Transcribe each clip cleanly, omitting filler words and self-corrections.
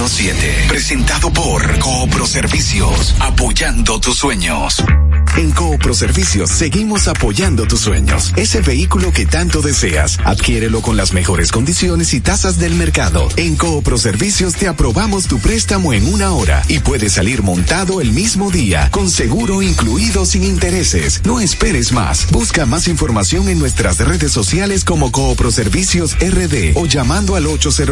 91.7. Presentado por Coopro Servicios, apoyando tus sueños. En Coopro Servicios seguimos apoyando tus sueños. Ese vehículo que tanto deseas, adquiérelo con las mejores condiciones y tasas del mercado. En Coopro Servicios te aprobamos tu préstamo en 1 hora y puedes salir montado el mismo día, con seguro incluido sin intereses. No esperes más. Busca más información en nuestras redes sociales como Coopro Servicios RD o llamando al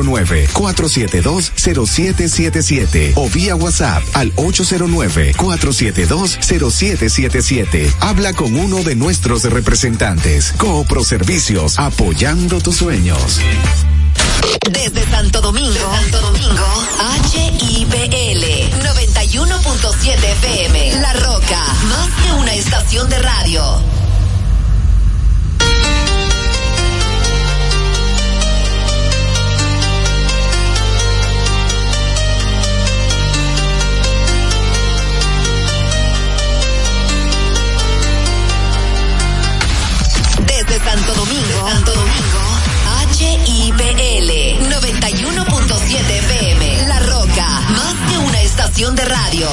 809-472-0777 o vía WhatsApp al 809-472-0777. Habla con uno de nuestros representantes. Coopro Servicios, apoyando tus sueños. Desde Santo Domingo, HIPL 91.7 FM, La Roca, más que una estación de radio. Santo Domingo, HIPL 91.7 FM, La Roca, más que una estación de radio.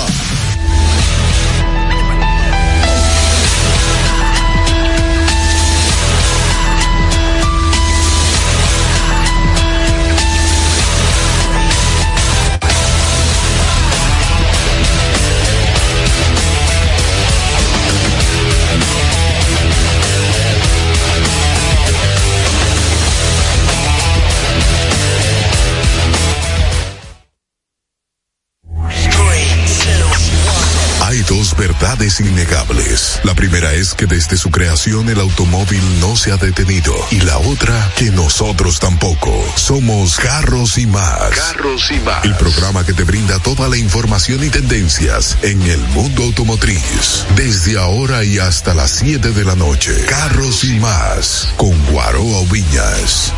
Dos verdades innegables. La primera es que desde su creación el automóvil no se ha detenido. Y la otra, que nosotros tampoco. Somos Carros y Más. Carros y Más. El programa que te brinda toda la información y tendencias en el mundo automotriz. Desde ahora y hasta las 7 de la noche. Carros y Más. Con Guaroa Viñas.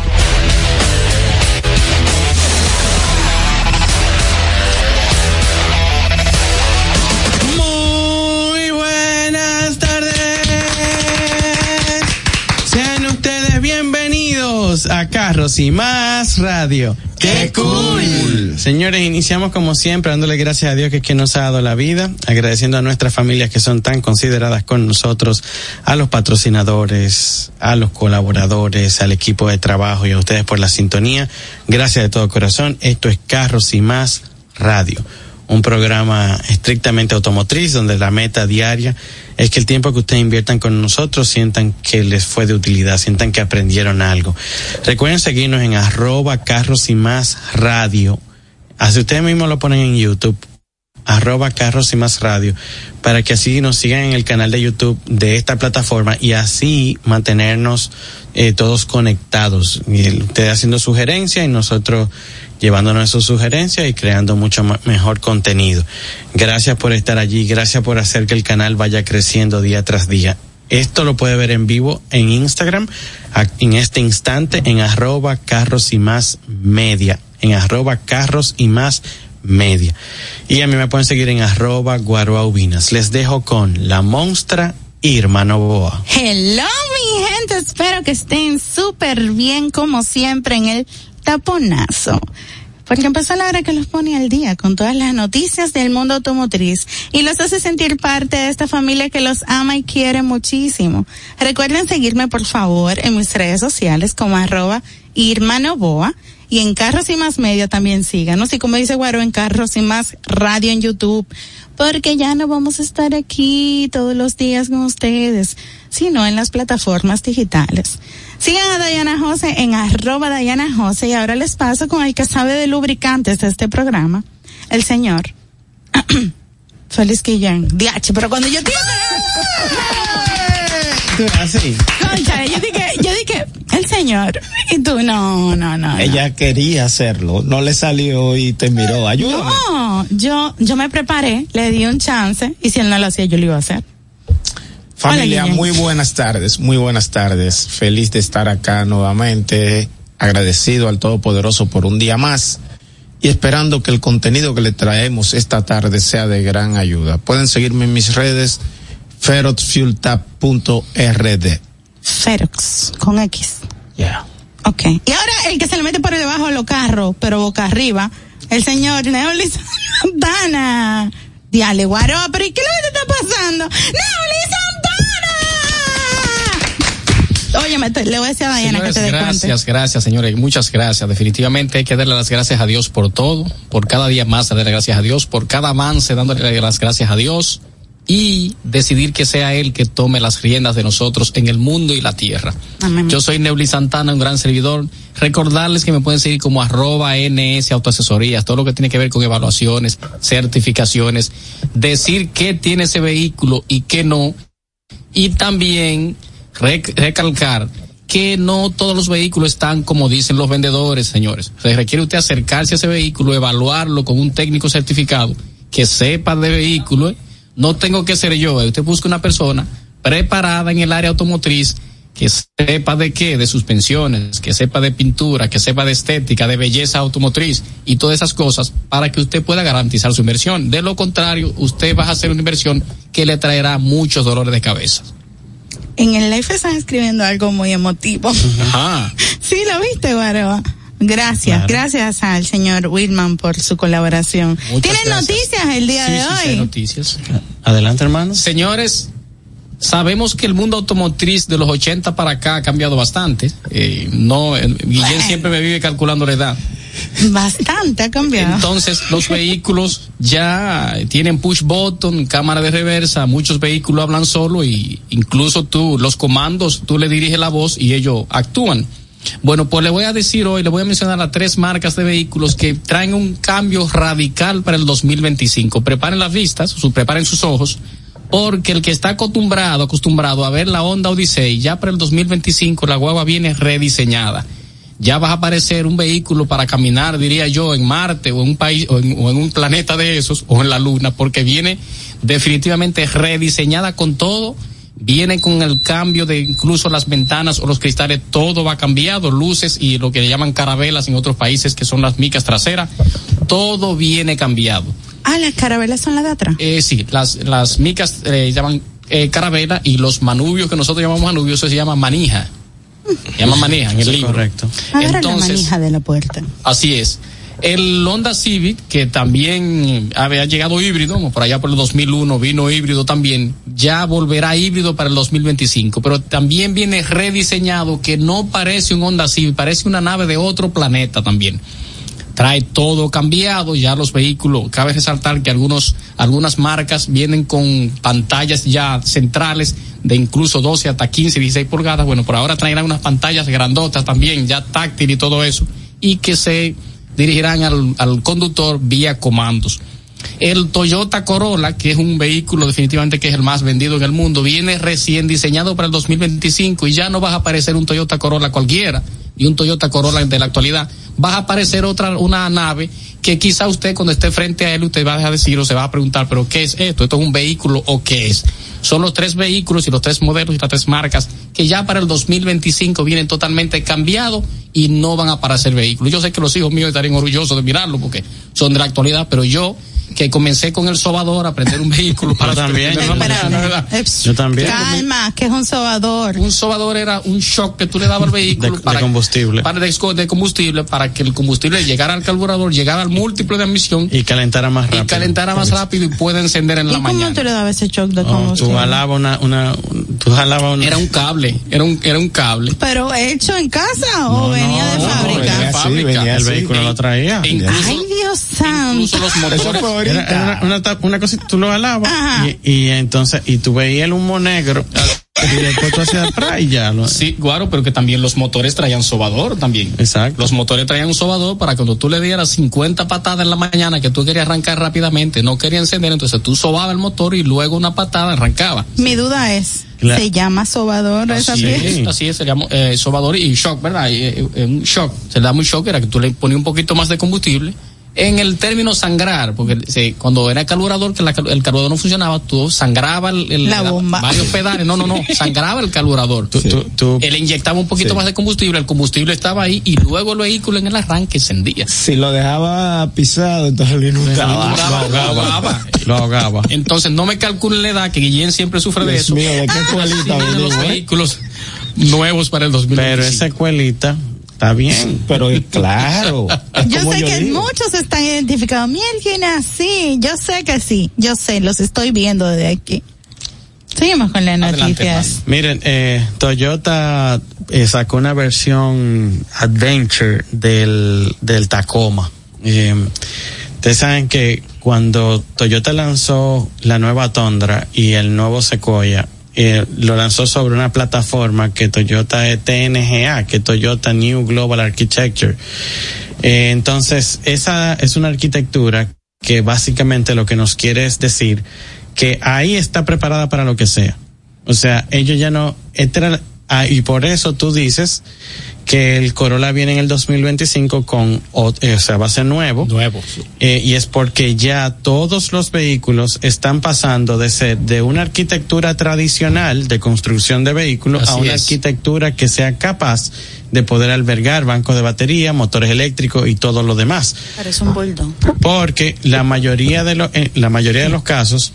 A Carros y Más Radio. ¡Qué cool! Señores, iniciamos como siempre dándole gracias a Dios que es quien nos ha dado la vida, agradeciendo a nuestras familias que son tan consideradas con nosotros, a los patrocinadores, a los colaboradores, al equipo de trabajo y a ustedes por la sintonía. Gracias de todo corazón. Esto es Carros y Más Radio, un programa estrictamente automotriz donde la meta diaria es que el tiempo que ustedes inviertan con nosotros sientan que les fue de utilidad, sientan que aprendieron algo. Recuerden seguirnos en @Carros y Más Radio. Así ustedes mismos lo ponen en YouTube, @Carros y Más Radio, para que así nos sigan en el canal de YouTube de esta plataforma y así mantenernos todos conectados. Y ustedes haciendo sugerencias y nosotros llevándonos sus sugerencias y creando mucho mejor contenido. Gracias por estar allí, gracias por hacer que el canal vaya creciendo día tras día. Esto lo puede ver en vivo en Instagram, en este instante, en @Carros y Más Media, en @Carros y Más Media. Y a mí me pueden seguir en @Guaroaubinas. Les dejo con la monstra Irma Novoa. Hello, mi gente, espero que estén súper bien como siempre en el taponazo, porque empezó la hora que los pone al día con todas las noticias del mundo automotriz y los hace sentir parte de esta familia que los ama y quiere muchísimo. Recuerden seguirme por favor en mis redes sociales como @Irma Novoa y en Carros y Más Media también síganos, y como dice Guaro, en Carros y Más Radio en YouTube, porque ya no vamos a estar aquí todos los días con ustedes, sino en las plataformas digitales. Sigan a Dayana Jose en @Dayana Jose, y ahora les paso con el que sabe de lubricantes de este programa, el señor Félix Guillén. Diache, pero cuando yo así. Concha, yo dije, el señor, y tú, no. Ella quería hacerlo, no le salió y te miró, ayúdame. No, yo me preparé, le di un chance, y si él no lo hacía, yo lo iba a hacer. Familia, Hola, muy buenas tardes. Feliz de estar acá nuevamente, agradecido al Todopoderoso por un día más y esperando que el contenido que le traemos esta tarde sea de gran ayuda. Pueden seguirme en mis redes, feroxfueltap.rd. Ferox, con X. Yeah. Okay. Y ahora el que se le mete por debajo de los carros, pero boca arriba, el señor Neoli Santana. Diale, guaro, pero ¿y qué es lo que te está pasando? ¡Neoli Santana! Óyeme, le voy a decir a Diana que te dé cuenta. Gracias, señores, muchas gracias. Definitivamente hay que darle las gracias a Dios por todo, por cada día más darle gracias a Dios, por cada avance dándole las gracias a Dios y decidir que sea Él que tome las riendas de nosotros en el mundo y la tierra. Amén. Yo soy Neuli Santana, un gran servidor. Recordarles que me pueden seguir como @NS Autoasesorías, todo lo que tiene que ver con evaluaciones, certificaciones, decir qué tiene ese vehículo y qué no, y también recalcar que no todos los vehículos están como dicen los vendedores, señores. O sea, requiere usted acercarse a ese vehículo, evaluarlo con un técnico certificado que sepa de vehículo. No tengo que ser yo, usted busca una persona preparada en el área automotriz que sepa de qué, de suspensiones, que sepa de pintura, que sepa de estética, de belleza automotriz y todas esas cosas para que usted pueda garantizar su inversión. De lo contrario, usted va a hacer una inversión que le traerá muchos dolores de cabeza. En el live están escribiendo algo muy emotivo. Ajá. Sí, lo viste, Guaroa. Gracias, claro. Gracias al señor Whitman por su colaboración. ¿Tienen noticias el día de hoy? Sí, hay noticias. Adelante, hermano. Señores, sabemos que el mundo automotriz de los 80 para acá ha cambiado bastante. Guillén siempre me vive calculando la edad. Bastante ha cambiado. Entonces, los vehículos ya tienen push button, cámara de reversa, muchos vehículos hablan solo y incluso los comandos, tú le diriges la voz y ellos actúan. Bueno, pues le voy a mencionar a 3 marcas de vehículos que traen un cambio radical para el 2025. Preparen las vistas, preparen sus ojos, porque el que está acostumbrado a ver la Honda Odyssey, ya para el 2025 la guagua viene rediseñada. Ya va a aparecer un vehículo para caminar, diría yo, en Marte o en un país o en un planeta de esos o en la Luna, porque viene definitivamente rediseñada con todo. Viene con el cambio de incluso las ventanas o los cristales, todo va cambiado, luces y lo que le llaman carabelas en otros países que son las micas traseras, todo viene cambiado. Ah, las carabelas son las de atrás. Sí, las micas llaman carabela y los manubios que nosotros llamamos manubios se llama manija. Se llama manija en el libro. Correcto. Ahora la manija de la puerta. Así es. El Honda Civic, que también había llegado híbrido, por allá por el 2001 vino híbrido también, ya volverá híbrido para el 2025, pero también viene rediseñado, que no parece un Honda Civic, parece una nave de otro planeta también. Trae todo cambiado, ya los vehículos, cabe resaltar que algunas marcas vienen con pantallas ya centrales de incluso 12 hasta 15, 16 pulgadas, bueno, por ahora traerán unas pantallas grandotas también, ya táctil y todo eso, y que se dirigirán al conductor vía comandos. El Toyota Corolla, que es un vehículo definitivamente que es el más vendido en el mundo, viene recién diseñado para el 2025 y ya no va a aparecer un Toyota Corolla cualquiera y un Toyota Corolla de la actualidad. Va a aparecer una nave que quizá usted cuando esté frente a él usted va a decir o se va a preguntar, pero ¿qué es esto? ¿Esto es un vehículo o qué es? Son los 3 vehículos y los 3 modelos y las 3 marcas que ya para el 2025 vienen totalmente cambiados y no van a aparecer vehículos. Yo sé que los hijos míos estarían orgullosos de mirarlo porque son de la actualidad, pero yo que comencé con el sobador a aprender un vehículo para también. Yo también. Calma, que es un sobador. Un sobador era un shock que tú le dabas al vehículo de combustible. De combustible para que el combustible llegara al carburador, llegara al múltiple de admisión y calentara más rápido. Y pueda encender en la mañana. ¿Y cómo tú le dabas ese shock de combustible? Tú jalabas una. Era un cable, era un cable. ¿Pero hecho en casa o venía de fábrica? Venía el vehículo lo traía. Ay, Dios santo. Incluso los motores. Era una cosita, tú lo jalabas y entonces, y tú veías el humo negro y después tú hacías atrás y ya. Sí, claro, pero que también los motores traían sobador también. Exacto. Los motores traían un sobador para cuando tú le dieras 50 patadas en la mañana que tú querías arrancar rápidamente, no querías encender, entonces tú sobabas el motor y luego una patada arrancaba. Mi duda es, ¿se llama sobador esa pieza? Así es, se llama sobador y shock, ¿verdad? Un shock, se le da muy shock, era que tú le ponías un poquito más de combustible. En el término sangrar, porque cuando era el carburador, que el carburador no funcionaba, tú sangraba la bomba. Varios pedales, no, sangraba el carburador. Él le inyectaba un poquito más de combustible, el combustible estaba ahí y luego el vehículo en el arranque encendía. Si lo dejaba pisado, entonces lo inundaba. Lo ahogaba. Entonces no me calculen la edad, que Guillén siempre sufre de eso. Mío, ¿de qué escuelita los vehículos nuevos para el 2025. Pero esa escuelita Está bien. Pero claro. Yo sé que muchos están identificados. Mielgina, sí, yo sé que sí. Yo sé, los estoy viendo desde aquí. Seguimos con las noticias. Miren, Toyota sacó una versión Adventure del Tacoma. Ustedes saben que cuando Toyota lanzó la nueva Tundra y el nuevo Sequoia, lo lanzó sobre una plataforma que Toyota es TNGA, que Toyota New Global Architecture. Entonces, esa es una arquitectura que básicamente lo que nos quiere es decir que ahí está preparada para lo que sea. O sea, ellos ya no, y por eso tú dices que el Corolla viene en el 2025 o sea, va a ser nuevo. Sí. Y es porque ya todos los vehículos están pasando de ser de una arquitectura tradicional de construcción de vehículos a una arquitectura que sea capaz de poder albergar bancos de batería, motores eléctricos y todo lo demás. Parece un bulldog. Porque la mayoría de los casos,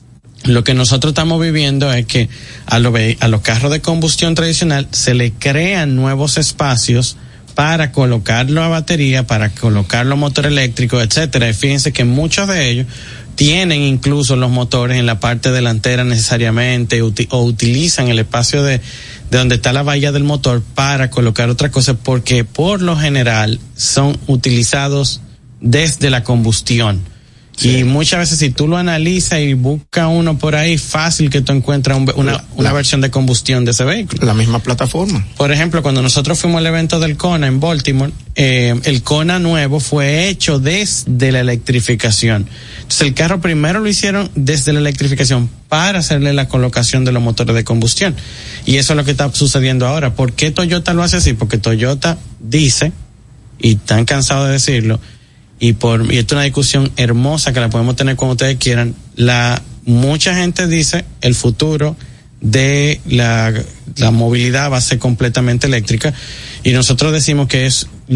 lo que nosotros estamos viviendo es que a los carros de combustión tradicional se le crean nuevos espacios para colocarlo a batería, para colocarlo a motor eléctrico, etcétera. Y fíjense que muchos de ellos tienen incluso los motores en la parte delantera necesariamente o utilizan el espacio de donde está la bahía del motor para colocar otra cosa, porque por lo general son utilizados desde la combustión. Sí. Y muchas veces si tú lo analizas y buscas uno por ahí, fácil que tú encuentras una versión de combustión de ese vehículo. La misma plataforma. Por ejemplo, cuando nosotros fuimos al evento del Kona en Baltimore, el Kona nuevo fue hecho desde la electrificación. Entonces el carro primero lo hicieron desde la electrificación para hacerle la colocación de los motores de combustión. Y eso es lo que está sucediendo ahora. ¿Por qué Toyota lo hace así? Porque Toyota dice, y están cansados de decirlo, y esto es una discusión hermosa que la podemos tener cuando ustedes quieran. Mucha gente dice el futuro de la movilidad va a ser completamente eléctrica, y nosotros decimos que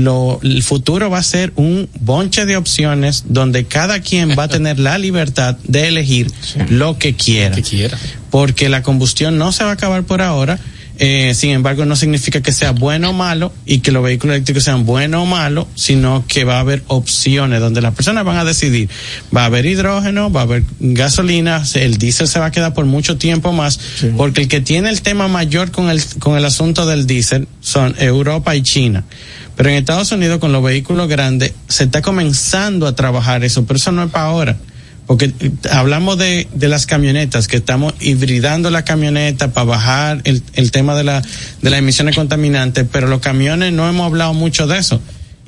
el futuro va a ser un bonche de opciones donde cada quien va a tener la libertad de elegir lo que quiera. Porque la combustión no se va a acabar por ahora. Sin embargo, no significa que sea bueno o malo y que los vehículos eléctricos sean buenos o malos, sino que va a haber opciones donde las personas van a decidir. Va a haber hidrógeno, va a haber gasolina, el diésel se va a quedar por mucho tiempo más, porque el que tiene el tema mayor con el asunto del diésel son Europa y China. Pero en Estados Unidos, con los vehículos grandes, se está comenzando a trabajar eso, pero eso no es para ahora. Porque hablamos de las camionetas, que estamos hibridando la camioneta para bajar el tema de las emisiones contaminantes, pero los camiones no hemos hablado mucho de eso.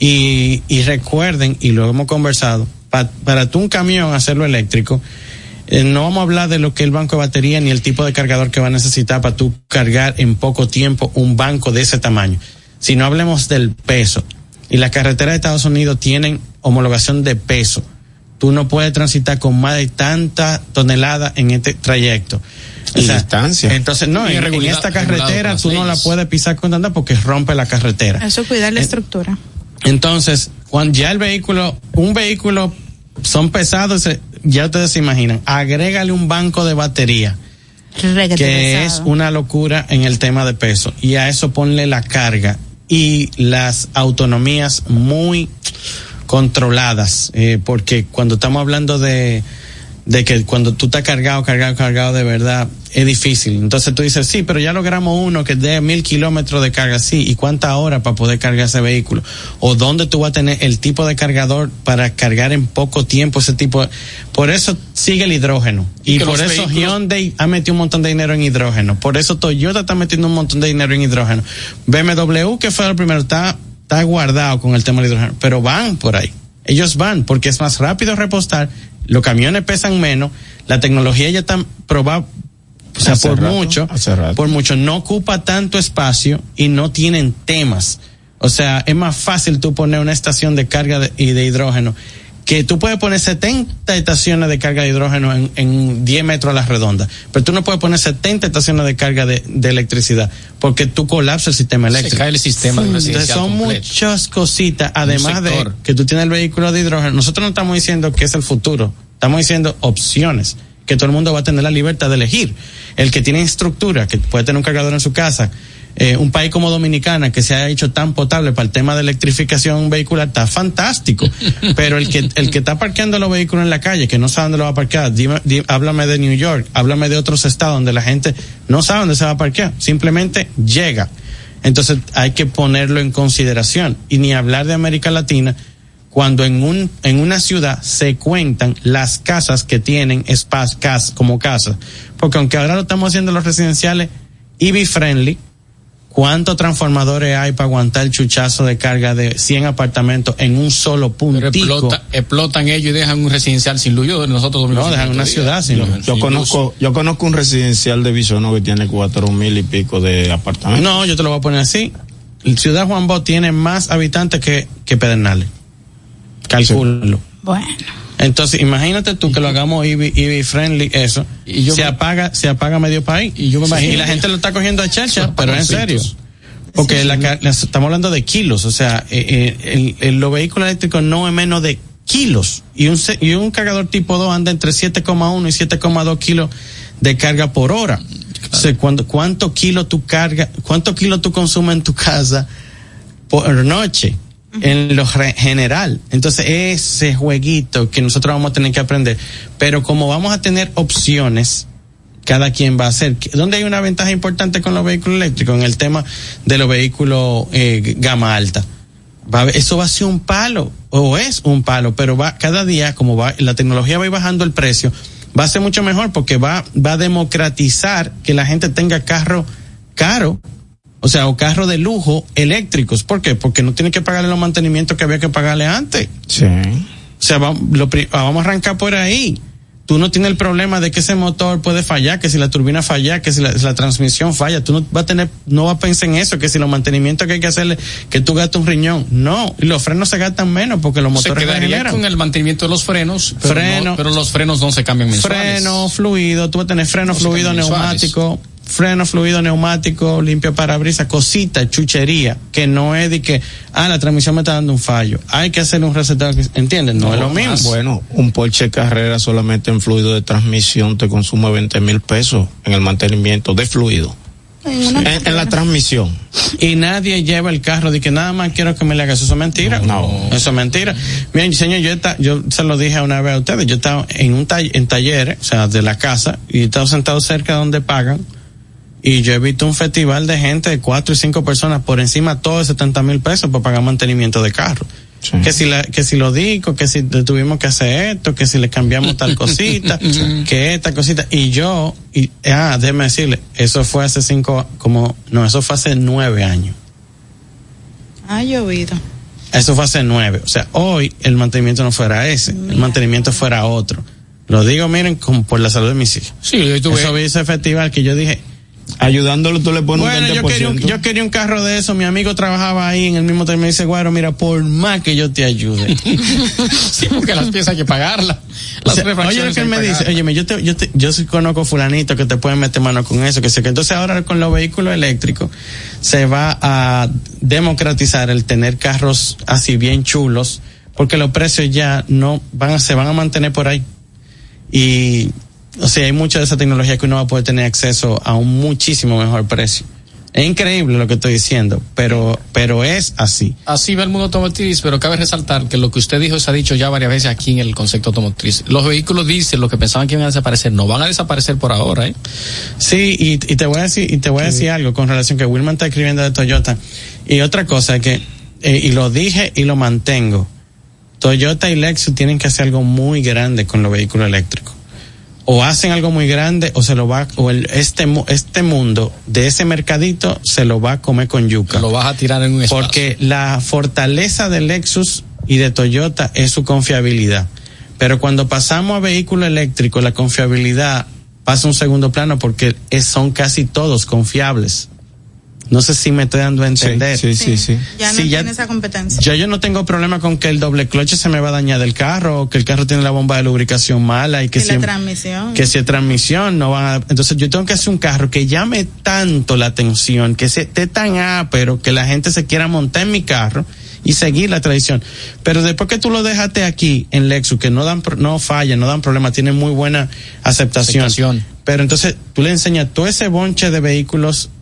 Y recuerden, y lo hemos conversado, para tú un camión hacerlo eléctrico, no vamos a hablar de lo que es el banco de batería ni el tipo de cargador que va a necesitar para tú cargar en poco tiempo un banco de ese tamaño. Si no hablemos del peso. Y las carreteras de Estados Unidos tienen homologación de peso. Tú no puedes transitar con más de tanta tonelada en este trayecto. Y distancia. Entonces, no, en esta carretera tú no la puedes pisar con tanta porque rompe la carretera. Eso es cuidar la estructura. Entonces, cuando ya un vehículo son pesados, ya ustedes se imaginan, agrégale un banco de batería, que es una locura en el tema de peso, y a eso ponle la carga y las autonomías muy controladas, porque cuando estamos hablando de que cuando tú estás cargado de verdad, es difícil. Entonces tú dices, sí, pero ya logramos uno que dé 1000 kilómetros de carga, sí, ¿y cuántas horas para poder cargar ese vehículo? O dónde tú vas a tener el tipo de cargador para cargar en poco tiempo ese tipo por eso sigue el hidrógeno, y por eso Hyundai ha metido un montón de dinero en hidrógeno, por eso Toyota está metiendo un montón de dinero en hidrógeno, BMW, que fue el primero, está guardado con el tema del hidrógeno, pero van por ahí. Ellos van porque es más rápido repostar, los camiones pesan menos, la tecnología ya está probada, o sea, por mucho, no ocupa tanto espacio y no tienen temas. O sea, es más fácil tú poner una estación de carga de hidrógeno, que tú puedes poner 70 estaciones de carga de hidrógeno en 10 metros a la redonda, pero tú no puedes poner 70 estaciones de carga de electricidad, porque tú colapsas el sistema eléctrico. Se cae el sistema. Entonces son completo. Muchas cositas, además de que tú tienes el vehículo de hidrógeno. Nosotros no estamos diciendo que es el futuro, estamos diciendo opciones, que todo el mundo va a tener la libertad de elegir. El que tiene estructura, que puede tener un cargador en su casa, un país como Dominicana, que se ha hecho tan potable para el tema de electrificación vehicular, está fantástico. Pero el que está parqueando los vehículos en la calle, que no sabe dónde lo va a parquear, háblame de New York, háblame de otros estados donde la gente no sabe dónde se va a parquear, simplemente llega. Entonces hay que ponerlo en consideración. Y ni hablar de América Latina, cuando en una ciudad se cuentan las casas que tienen espacio como casas. Porque aunque ahora lo estamos haciendo los residenciales EV friendly, ¿cuántos transformadores hay para aguantar el chuchazo de carga de 100 apartamentos en un solo puntico? Explotan ellos y dejan un residencial sin luz. Nosotros no, dejan una ciudad sin luz. Yo conozco un residencial de Bisonó que tiene 4,000 y pico de apartamentos. No, yo te lo voy a poner así. Ciudad Juan Bosch tiene más habitantes que Pedernales. Calcúlalo. Sí. Bueno. Entonces, imagínate tú que lo hagamos EV friendly, eso. Y se apaga medio país. Y yo me imagino. Y la gente lo está cogiendo a chercha, pero en serio. Porque estamos hablando de kilos, o sea, los vehículos eléctricos no es menos de kilos. Y un cargador tipo 2 anda entre 7,1 y 7,2 kilos de carga por hora. Claro. O sea, ¿cuánto kilo tú consumes en tu casa por noche? En lo general. Entonces, ese jueguito que nosotros vamos a tener que aprender. Pero como vamos a tener opciones, cada quien va a hacer. ¿Dónde hay una ventaja importante con los vehículos eléctricos? En el tema de los vehículos gama alta. Eso va a ser un palo, o es un palo, pero cada día, como la tecnología va a ir bajando el precio, va a ser mucho mejor porque va a democratizar que la gente tenga carro caro. O sea, o carros de lujo eléctricos. ¿Por qué? Porque no tiene que pagarle los mantenimientos que había que pagarle antes. Sí. O sea, vamos a arrancar por ahí. Tú no tienes el problema de que ese motor puede fallar, que si la turbina falla, que si la transmisión falla. Tú no vas a pensar en eso, que si los mantenimientos que hay que hacerle, que tú gastas un riñón. No, y los frenos se gastan menos porque los motores se quedaría regeneran. Con el mantenimiento de los frenos, pero los frenos no se cambian mensuales. Freno, fluido, tú vas a tener freno, fluido, neumático. Freno, fluido, neumático, limpio parabrisas, cosita, chuchería, que no es de que, la transmisión me está dando un fallo. Hay que hacerle un resetado, ¿entiendes? No es lo mismo. Bueno, un Porsche Carrera solamente en fluido de transmisión te consume 20,000 pesos en el mantenimiento de fluido. En la transmisión. Y nadie lleva el carro de que nada más quiero que me le haga eso. ¿Eso es mentira? No. Eso es mentira. Miren, señor, yo se lo dije una vez a ustedes, yo estaba en talleres, o sea, de la casa, y estaba sentado cerca de donde pagan. Y yo he visto un festival de gente de 4 y 5 personas por encima todo de 70,000 pesos para pagar mantenimiento de carro. Sí. Que si lo digo, que si tuvimos que hacer esto, que si le cambiamos tal cosita, que esta cosita. Déjeme decirle, eso fue hace 9 años. Ha llovido. Eso fue hace 9. O sea, hoy el mantenimiento no fuera ese, el mantenimiento fuera otro. Lo digo, miren, como por la salud de mis hijos. Sí, eso vi ese festival que yo dije, ayudándolo tú le pones un 20%. Yo quería un carro de eso, mi amigo trabajaba ahí en el mismo terminal y me dice, Guaro, mira, por más que yo te ayude. Sí, porque las piezas hay que pagarlas. Oye, lo que él me dice, yo sí conozco fulanito que te puede meter mano con eso, que sé que entonces ahora con los vehículos eléctricos se va a democratizar el tener carros así bien chulos, porque los precios ya se van a mantener por ahí. Y o sea, hay mucha de esa tecnología que uno va a poder tener acceso a un muchísimo mejor precio. Es increíble lo que estoy diciendo, pero es así. Así va el mundo automotriz, pero cabe resaltar que lo que usted dijo se ha dicho ya varias veces aquí en el concepto automotriz. Los vehículos diésel, los que pensaban que iban a desaparecer, no van a desaparecer por ahora, ¿eh? Sí, y te voy a decir algo con relación que Wilman está escribiendo de Toyota. Y otra cosa que, y lo dije y lo mantengo, Toyota y Lexus tienen que hacer algo muy grande con los vehículos eléctricos. O hacen algo muy grande o este mundo de ese mercadito se lo va a comer con yuca. Lo vas a tirar en un espacio. Porque la fortaleza de Lexus y de Toyota es su confiabilidad. Pero cuando pasamos a vehículo eléctrico, la confiabilidad pasa a un segundo plano porque son casi todos confiables. No sé si me estoy dando a entender. Sí. Ya no tiene esa competencia. Yo no tengo problema con que el doble cloche se me va a dañar del carro, o que el carro tiene la bomba de lubricación mala y que la transmisión. Que si es transmisión no van a, entonces yo tengo que hacer un carro que llame tanto la atención, que esté tan ápero que la gente se quiera montar en mi carro y seguir la tradición. Pero después que tú lo dejaste aquí en Lexus, que no fallan, no dan problema, tienen muy buena aceptación. Pero entonces tú le enseñas todo ese bonche de vehículos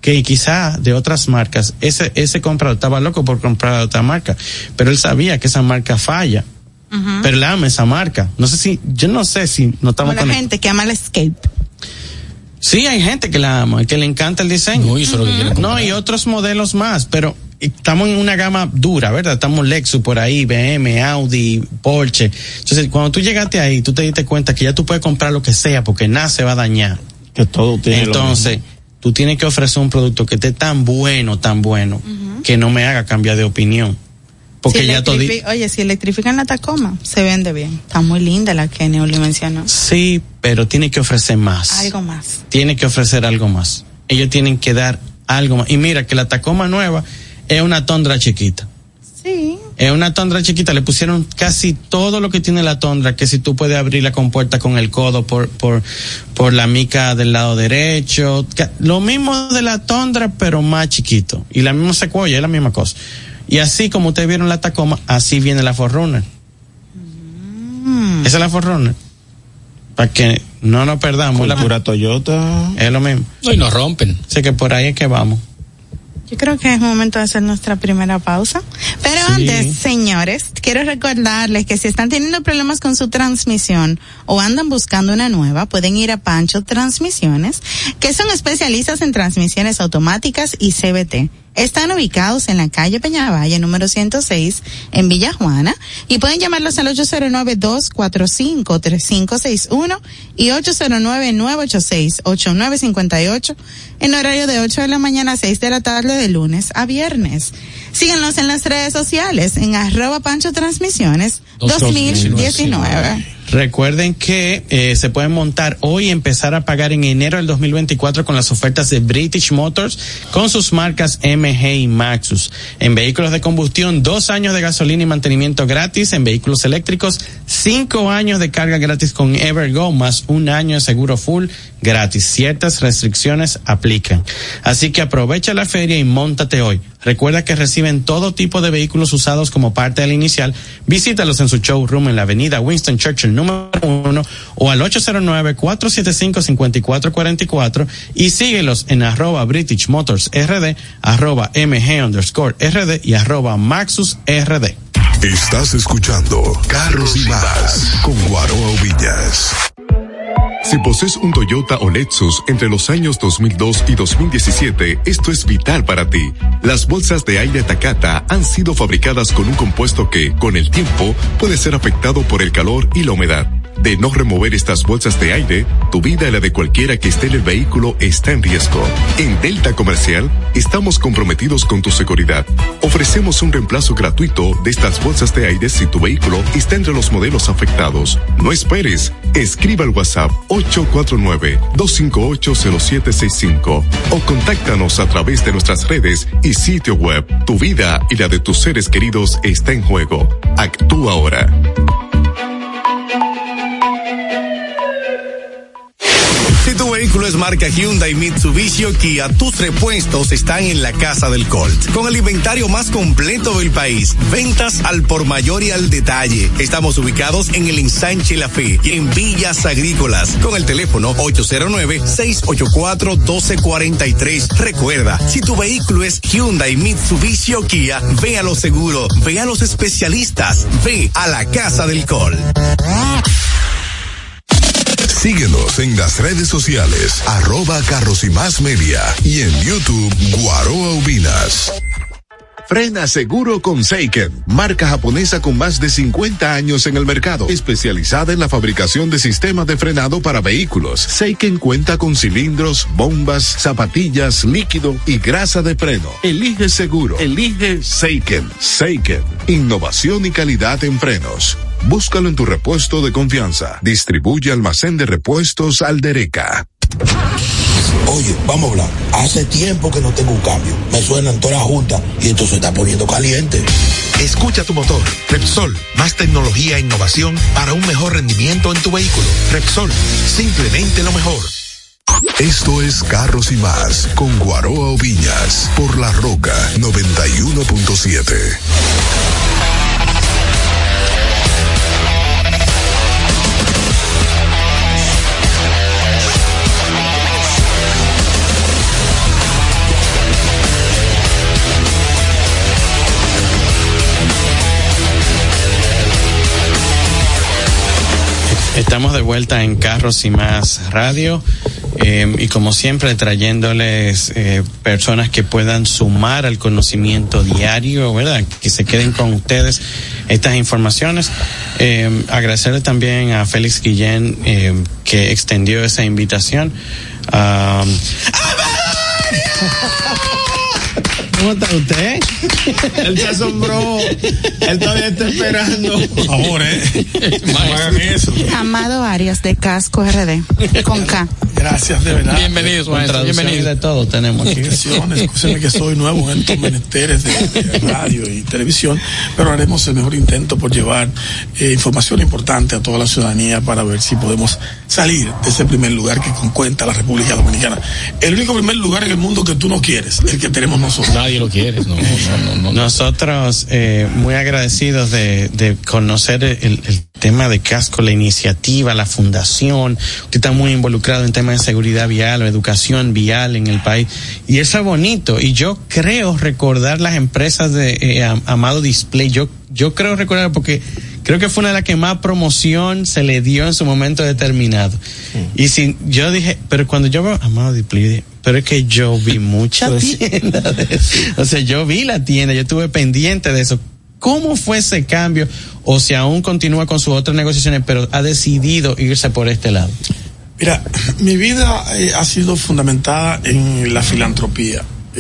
que quizá de otras marcas, ese comprador estaba loco por comprar de otra marca, pero él sabía que esa marca falla. Pero él ama esa marca. Yo no sé si no estamos con la gente que ama el Escape. Sí, hay gente que la ama, que le encanta el diseño. No, eso es lo que quiere comprar. No, y otros modelos más, pero estamos en una gama dura, ¿verdad? Estamos Lexus por ahí, BM, Audi, Porsche. Entonces, cuando tú llegaste ahí, tú te diste cuenta que ya tú puedes comprar lo que sea porque nada se va a dañar. Que todo tiene. Entonces, tú tienes que ofrecer un producto que esté tan bueno, que no me haga cambiar de opinión. Porque si ya Oye, si electrifican la Tacoma, se vende bien. Está muy linda la que Neuli mencionó. Sí, pero tiene que ofrecer más. Algo más. Tiene que ofrecer algo más. Ellos tienen que dar algo más. Y mira que la Tacoma nueva es una Tundra chiquita. Sí. Es una Tundra chiquita. Le pusieron casi todo lo que tiene la Tundra, que si tú puedes abrir la compuerta con el codo por la mica del lado derecho. Lo mismo de la Tundra, pero más chiquito. Y la misma Sequoia, es la misma cosa. Y así como ustedes vieron la Tacoma, así viene la 4Runner. Esa es la 4Runner. Para que no nos perdamos. La pura Toyota. Es lo mismo. Y nos rompen. Sé que por ahí es que vamos. Yo creo que es momento de hacer nuestra primera pausa. Pero antes, señores, quiero recordarles que si están teniendo problemas con su transmisión o andan buscando una nueva, pueden ir a Pancho Transmisiones, que son especialistas en transmisiones automáticas y CVT. Están ubicados en la calle Peñavalle, número 106, en Villa Juana, y pueden llamarlos al 809-245-3561 y 809-986-8958 en horario de 8 de la mañana a 6 de la tarde de lunes a viernes. Síganos en las redes sociales en @PanchoTransmisiones 2019. Recuerden que se pueden montar hoy y empezar a pagar en enero del 2024 con las ofertas de British Motors con sus marcas MG y Maxus. En vehículos de combustión, 2 años de gasolina y mantenimiento gratis. En vehículos eléctricos, 5 años de carga gratis con Evergo más 1 año de seguro full gratis. Ciertas restricciones aplican. Así que aprovecha la feria y móntate hoy. Recuerda que reciben todo tipo de vehículos usados como parte del inicial. Visítalos en su showroom en la avenida Winston Churchill número 1 o al 809-475-5444 y síguelos en @British Motors RD, @MG_RD y @Maxus RD. Estás escuchando Carros y Más con Guaroa Villas. Si posees un Toyota o Lexus entre los años 2002 y 2017, esto es vital para ti. Las bolsas de aire Takata han sido fabricadas con un compuesto que, con el tiempo, puede ser afectado por el calor y la humedad. De no remover estas bolsas de aire, tu vida y la de cualquiera que esté en el vehículo está en riesgo. En Delta Comercial, estamos comprometidos con tu seguridad. Ofrecemos un reemplazo gratuito de estas bolsas de aire si tu vehículo está entre los modelos afectados. No esperes. Escriba al WhatsApp 849-258-0765 o contáctanos a través de nuestras redes y sitio web. Tu vida y la de tus seres queridos está en juego. Actúa ahora. Si tu vehículo es marca Hyundai, Mitsubishi o Kia, tus repuestos están en la Casa del Colt. Con el inventario más completo del país, ventas al por mayor y al detalle. Estamos ubicados en el Ensanche La Fe y en Villas Agrícolas, con el teléfono 809-684-1243. Recuerda, si tu vehículo es Hyundai, Mitsubishi o Kia, ve a lo seguro, ve a los especialistas, ve a la Casa del Colt. Síguenos en las redes sociales, @Carros y Más Media y en YouTube, Guaroa Ubinas. Frena seguro con Seiken, marca japonesa con más de 50 años en el mercado, especializada en la fabricación de sistemas de frenado para vehículos. Seiken cuenta con cilindros, bombas, zapatillas, líquido y grasa de freno. Elige seguro, elige Seiken. Seiken, innovación y calidad en frenos. Búscalo en tu repuesto de confianza. Distribuye Almacén de Repuestos Aldereca. Oye, vamos a hablar. Hace tiempo que no tengo un cambio. Me suenan todas las juntas y esto se está poniendo caliente. Escucha tu motor. Repsol, más tecnología e innovación para un mejor rendimiento en tu vehículo. Repsol, simplemente lo mejor. Esto es Carros y Más con Guaroa Oviñas por La Roca 91.7. Estamos de vuelta en Carros y Más Radio, y como siempre trayéndoles personas que puedan sumar al conocimiento diario, ¿verdad? Que se queden con ustedes estas informaciones. Agradecerle también a Félix Guillén que extendió esa invitación. ¿Cómo está usted? Él se asombró. Él todavía está esperando. Por favor, no hagan eso. Amado Arias de Casco RD, con K. Gracias, de verdad. Bienvenidos, maestro. Bienvenidos. De todo tenemos aquí. Escúchenme que soy nuevo en estos menesteres de radio y televisión, pero haremos el mejor intento por llevar información importante a toda la ciudadanía para ver si podemos salir de ese primer lugar que cuenta la República Dominicana. El único primer lugar en el mundo que tú no quieres, el que tenemos nosotros. Nadie lo quiere. No. Nosotros muy agradecidos de conocer el tema de Casco, la iniciativa, la fundación. Usted está muy involucrado en temas de seguridad vial o educación vial en el país, y eso es bonito. Y yo creo recordar las empresas de Amado Display. Yo creo recordar porque creo que fue una de las que más promoción se le dio en su momento determinado. Y yo dije, pero cuando yo veo Amado Display, pero es que yo vi muchas tiendas de eso. O sea, yo vi la tienda, yo estuve pendiente de eso. ¿Cómo fue ese cambio? O si aún continúa con sus otras negociaciones, pero ha decidido irse por este lado. Mira, mi vida ha sido fundamentada en la filantropía.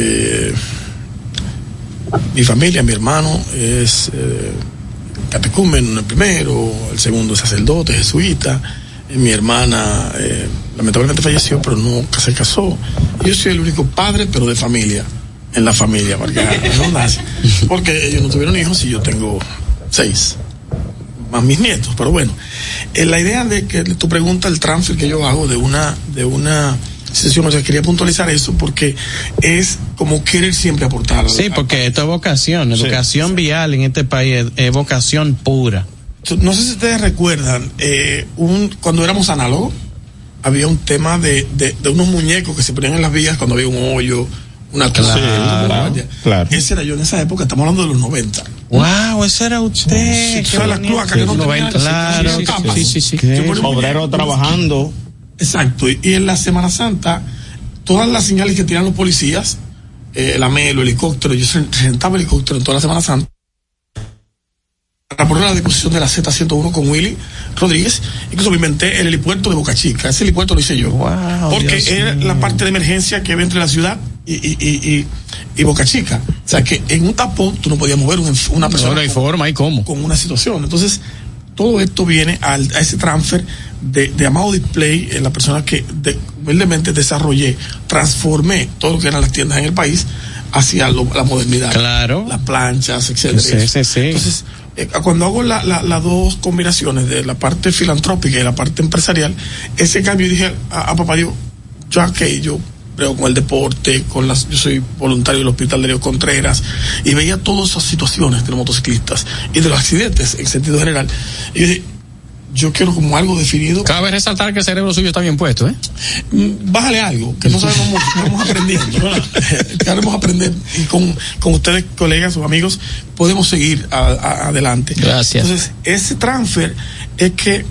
Mi familia, mi hermano es catecúmeno, el primero, el segundo sacerdote, jesuita. Mi hermana lamentablemente falleció, pero nunca se casó. Yo soy el único padre, pero de familia, en la familia, porque ellos no tuvieron hijos y yo tengo 6, más mis nietos. Pero bueno, la idea de que tu pregunta, el transfer que yo hago de una sesión, o sea, quería puntualizar eso porque es como querer siempre aportar. Sí, porque esto es vocación, educación vial en este país es vocación pura. No sé si ustedes recuerdan, cuando éramos análogos, había un tema de unos muñecos que se ponían en las vías cuando había un hoyo, una claro. Ese era yo en esa época, estamos hablando de los 90. Wow, ese era usted. Sí, las cloacas que no 90, claro. Sí. Obrero trabajando. Exacto, y en la Semana Santa, todas las señales que tiran los policías, la MELO, el helicóptero, yo sentaba el helicóptero en toda la Semana Santa para poner la disposición de la Z101 con Willy Rodríguez. Incluso me inventé el helipuerto de Boca Chica. Ese helipuerto lo hice yo. Wow, porque era la parte de emergencia que había entre la ciudad y Boca Chica. O sea que en un tapón tú no podías mover una persona. No hay forma, ¿y cómo? Con una situación. Entonces, todo esto viene a ese transfer de Amado Display, la persona que humildemente desarrollé, transformé todo lo que eran las tiendas en el país hacia la modernidad. Claro. Las planchas, etcétera. Sí. Entonces, cuando hago las dos combinaciones de la parte filantrópica y la parte empresarial, ese cambio dije a papá Dios, yo creo con el deporte, yo soy voluntario del Hospital de Leo Contreras, y veía todas esas situaciones de los motociclistas y de los accidentes en sentido general, y yo dije, yo quiero como algo definido. Cabe resaltar que el cerebro suyo está bien puesto, ¿eh? Bájale algo, que no sabemos mucho, estamos aprendiendo. Queremos aprender, y con ustedes, colegas o amigos, podemos seguir adelante. Gracias. Entonces, ese transfer es que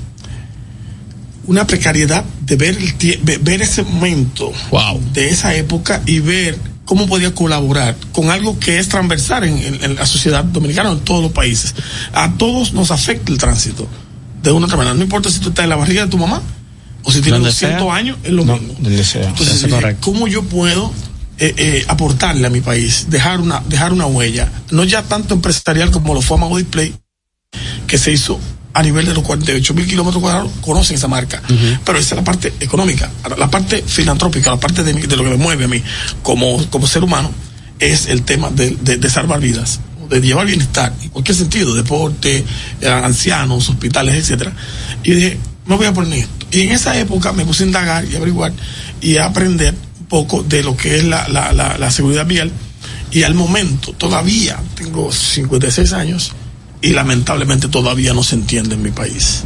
una precariedad de ver ese momento de esa época y ver cómo podía colaborar con algo que es transversal en la sociedad dominicana, en todos los países. A todos nos afecta el tránsito de una otra manera. No importa si tú estás en la barriga de tu mamá o si tienes 200 años, es lo mismo. Donde sea. Entonces, ¿cómo yo puedo aportarle a mi país, dejar una huella, no ya tanto empresarial como lo fue Amado Display, que se hizo a nivel de los 48,000 kilómetros cuadrados? Conocen esa marca, pero esa es la parte económica. La parte filantrópica, la parte de lo que me mueve a mí como ser humano, es el tema de salvar vidas, de llevar bienestar en cualquier sentido, deporte, ancianos, hospitales, etcétera. Y dije, me voy a poner esto. Y en esa época me puse a indagar y averiguar y a aprender un poco de lo que es la seguridad vial. Y al momento, todavía tengo 56 años y lamentablemente todavía no se entiende en mi país.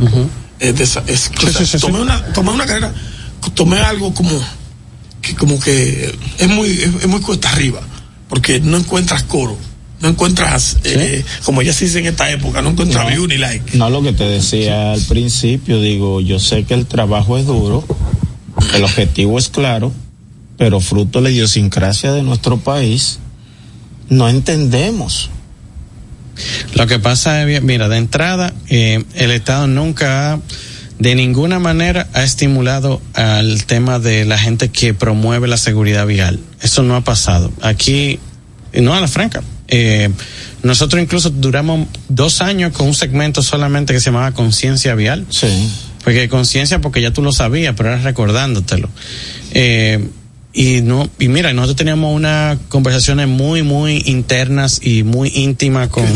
Tomé una carrera, tomé algo como que es muy cuesta arriba, porque no encuentras coro no encuentras, como ya se dice en esta época, no encuentras view ni like. No, lo que te decía al principio, digo, yo sé que el trabajo es duro, el objetivo es claro, pero fruto de la idiosincrasia de nuestro país, no entendemos. Lo que pasa es, mira, de entrada, el Estado nunca de ninguna manera ha estimulado al tema de la gente que promueve la seguridad vial. Eso no ha pasado. Aquí, no, a la franca. Nosotros incluso duramos 2 años con un segmento solamente que se llamaba Conciencia Vial. Sí. Porque conciencia, porque ya tú lo sabías, pero era recordándotelo. Y mira, nosotros teníamos unas conversaciones muy, muy internas y muy íntimas con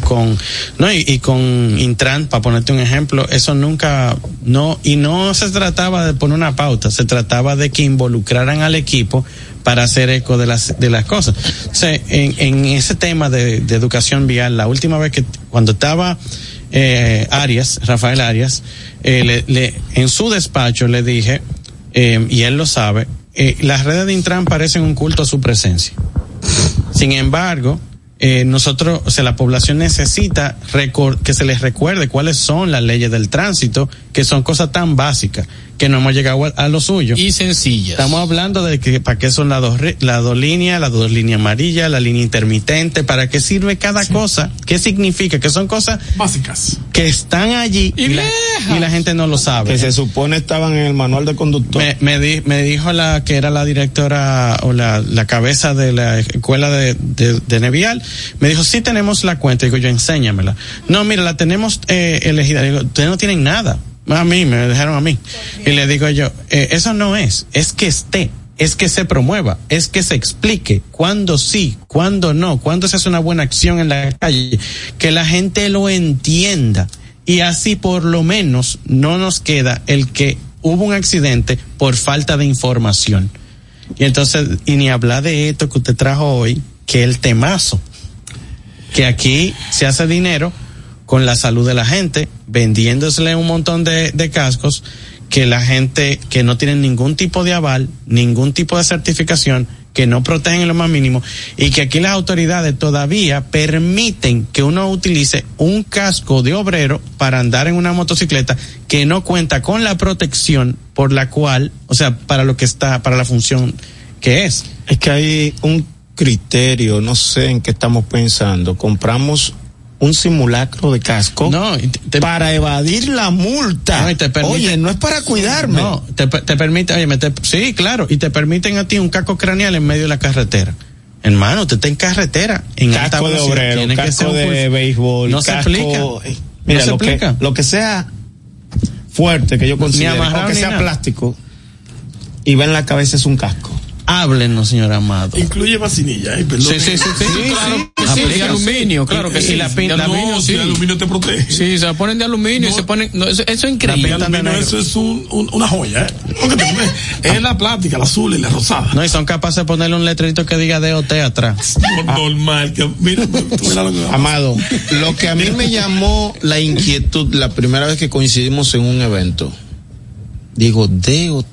Intran, para ponerte un ejemplo. Eso nunca, no se trataba de poner una pauta, se trataba de que involucraran al equipo para hacer eco de las cosas. O sea, en ese tema de educación vial, la última vez cuando estaba Rafael Arias, en su despacho le dije, y él lo sabe, las redes de Intran parecen un culto a su presencia. Sin embargo, nosotros, o sea, la población necesita que se les recuerde cuáles son las leyes del tránsito, que son cosas tan básicas que no hemos llegado a lo suyo. Y sencillas. Estamos hablando de que para qué son las dos líneas amarillas, la línea intermitente, para qué sirve cada cosa, qué significa, que son cosas básicas que están allí y la gente no lo sabe. Que se supone estaban en el manual de conductor. Me dijo la que era la directora o la cabeza de la escuela de Nevial, me dijo, sí tenemos la cuenta. Digo yo, enséñamela. No, mira, la tenemos elegida. Digo, ustedes no tienen nada. A mí, me dejaron a mí. Y le digo yo, eso no es que esté, es que se promueva, es que se explique cuándo sí, cuándo no, cuándo se hace una buena acción en la calle, que la gente lo entienda. Y así por lo menos no nos queda el que hubo un accidente por falta de información. Y entonces, y ni hablar de esto que usted trajo hoy, que el temazo, que aquí se hace dinero con la salud de la gente, vendiéndosele un montón de cascos que la gente que no tienen ningún tipo de aval, ningún tipo de certificación, que no protegen en lo más mínimo, y que aquí las autoridades todavía permiten que uno utilice un casco de obrero para andar en una motocicleta que no cuenta con la protección por la cual, o sea, para lo que está, para la función que es. Es que hay un criterio, no sé en qué estamos pensando. Compramos un simulacro de casco para evadir la multa. Oye, no es para cuidarme. No, te permite, sí, claro, y te permiten a ti un casco craneal en medio de la carretera. Hermano, usted está en carretera, en alta casco de obrero, tiene casco de béisbol, no casco, se explica. Mira, no se explica. Lo que sea fuerte que yo considere, o que sea plástico, y va en la cabeza es un casco. Háblenos, señor Amado. Incluye vacinilla, Sí, claro que sí, de aluminio, claro que sí. De aluminio te protege. Sí, se ponen de aluminio y se ponen, eso es increíble. Eso es una joya, es la plástica, la azul y la rosada. No, y son capaces de ponerle un letrerito que diga DOT atrás. Normal, que mira, Amado, lo que a mí me llamó la inquietud la primera vez que coincidimos en un evento, digo, DOT.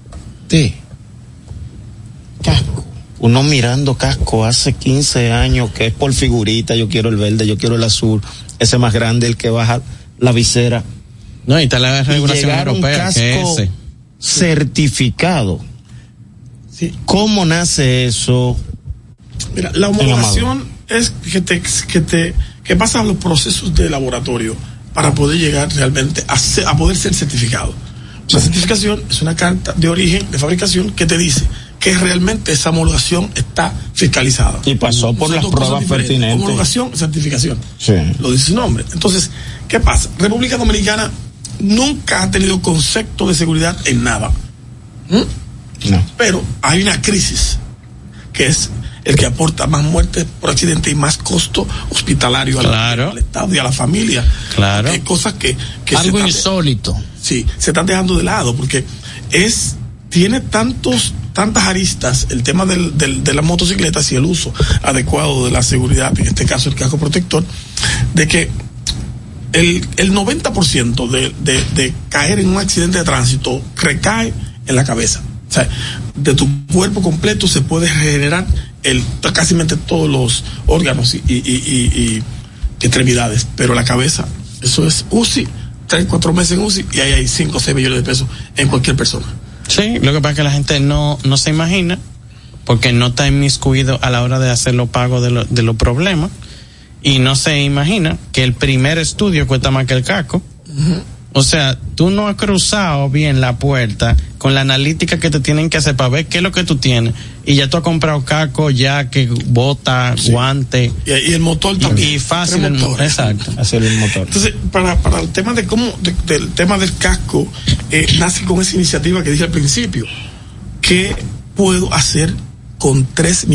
Casco. Uno mirando casco hace 15 años que es por figurita, yo quiero el verde, yo quiero el azul, ese más grande, el que baja la visera. No, y está la regulación europea, que es ese. Certificado. Sí. ¿Cómo nace eso? Mira, la homologación es que pasan los procesos de laboratorio para poder llegar realmente a poder ser certificado. La certificación es una carta de origen, de fabricación, que te dice que realmente esa homologación está fiscalizada. Y pasó por las pruebas pertinentes. Homologación, certificación. Sí. Lo dice su nombre. Entonces, ¿qué pasa? República Dominicana nunca ha tenido concepto de seguridad en nada. No. Pero hay una crisis que es el que aporta más muertes por accidente y más costo hospitalario al Estado y a la familia. Claro. Hay cosas que algo insólito. Sí, se están dejando de lado porque tiene tantas aristas el tema de las motocicletas y el uso adecuado de la seguridad, en este caso el casco protector, de que el 90% de caer en un accidente de tránsito recae en la cabeza. O sea, de tu cuerpo completo se puede regenerar casi todos los órganos y extremidades, pero la cabeza, eso es UCI, 3-4 meses en UCI y ahí hay 5 o 6 millones de pesos en cualquier persona. Sí, lo que pasa es que la gente no se imagina, porque no está inmiscuido a la hora de hacer los pagos de los problemas, y no se imagina que el primer estudio cuesta más que el casco. Uh-huh. O sea, tú no has cruzado bien la puerta con la analítica que te tienen que hacer para ver qué es lo que tú tienes. Y ya tú has comprado casco, ya que bota, guante. Y el motor también. Y fácil el motor. Exacto. Hacer el motor. Entonces, para el tema del tema del casco, nace con esa iniciativa que dije al principio. ¿Qué puedo hacer con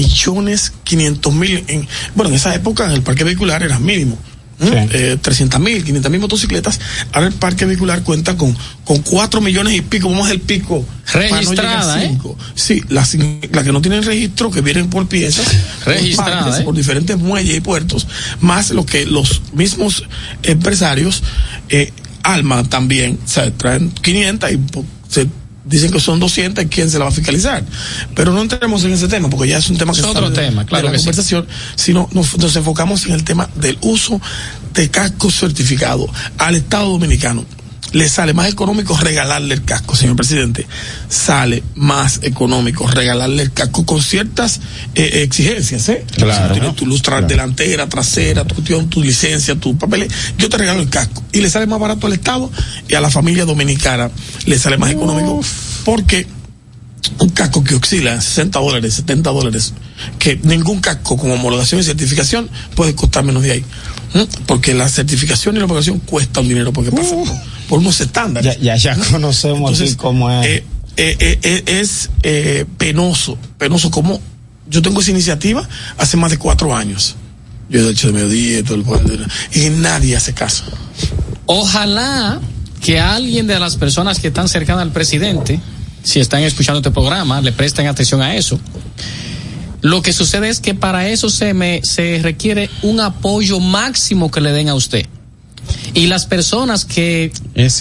3.500.000? En esa época en el parque vehicular era mínimo. Sí. 300.000, 500.000 motocicletas. Ahora el parque vehicular cuenta con 4 millones y pico. Vamos al pico registrada, no sí, las que no tienen registro, que vienen por piezas registradas, por diferentes muelles y puertos, más lo que los mismos empresarios Alma también, o sea, traen 500 y se dicen que son 200, ¿quién se la va a fiscalizar? Pero no entremos en ese tema, porque ya es un tema que es otro tema, claro, de la conversación, sino nos enfocamos en el tema del uso de cascos certificados. Al Estado Dominicano le sale más económico regalarle el casco, señor presidente. Sale más económico regalarle el casco con ciertas exigencias, Claro. Tienes tu luz delantera, trasera, tu licencia, tu papel. Yo te regalo el casco. Y le sale más barato al Estado y a la familia dominicana le sale más económico, porque un casco que oscila $60, $70, que ningún casco con homologación y certificación puede costar menos de ahí. Porque la certificación y la homologación cuesta un dinero, porque pasa por unos estándares. Ya conocemos. Entonces, así como es. Es penoso como yo tengo esa iniciativa hace más de 4 años. Yo he hecho de mediodía y todo el pueblo, y nadie hace caso. Ojalá que alguien de las personas que están cercanas al presidente, si están escuchando este programa, le presten atención a eso. Lo que sucede es que para eso se requiere un apoyo máximo que le den a usted. Y las personas que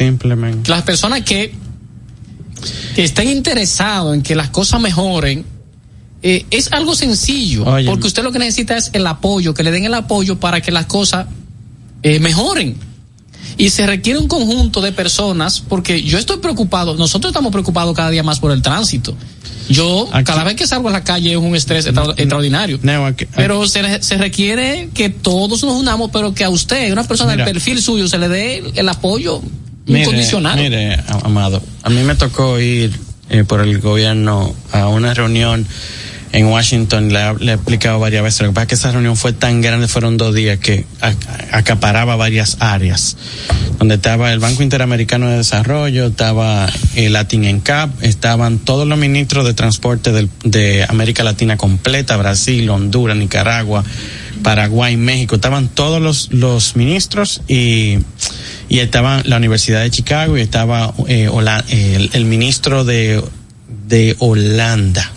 estén interesados en que las cosas mejoren, es algo sencillo. Oye, porque usted lo que necesita es el apoyo, que le den el apoyo para que las cosas mejoren. Y se requiere un conjunto de personas, porque yo estoy preocupado, nosotros estamos preocupados cada día más por el tránsito. Cada vez que salgo a la calle es un estrés extraordinario. Pero se requiere que todos nos unamos, pero que a usted, una persona del perfil suyo, se le dé el apoyo incondicional. Mire, Amado, a mí me tocó ir por el gobierno a una reunión en Washington, le he explicado varias veces. Lo que pasa es que esa reunión fue tan grande, fueron 2 días, que acaparaba varias áreas, donde estaba el Banco Interamericano de Desarrollo, estaba el Latin ENCAP, estaban todos los ministros de transporte de América Latina completa, Brasil, Honduras, Nicaragua, Paraguay, México, estaban todos los ministros, y estaba la Universidad de Chicago, y estaba el ministro de Holanda,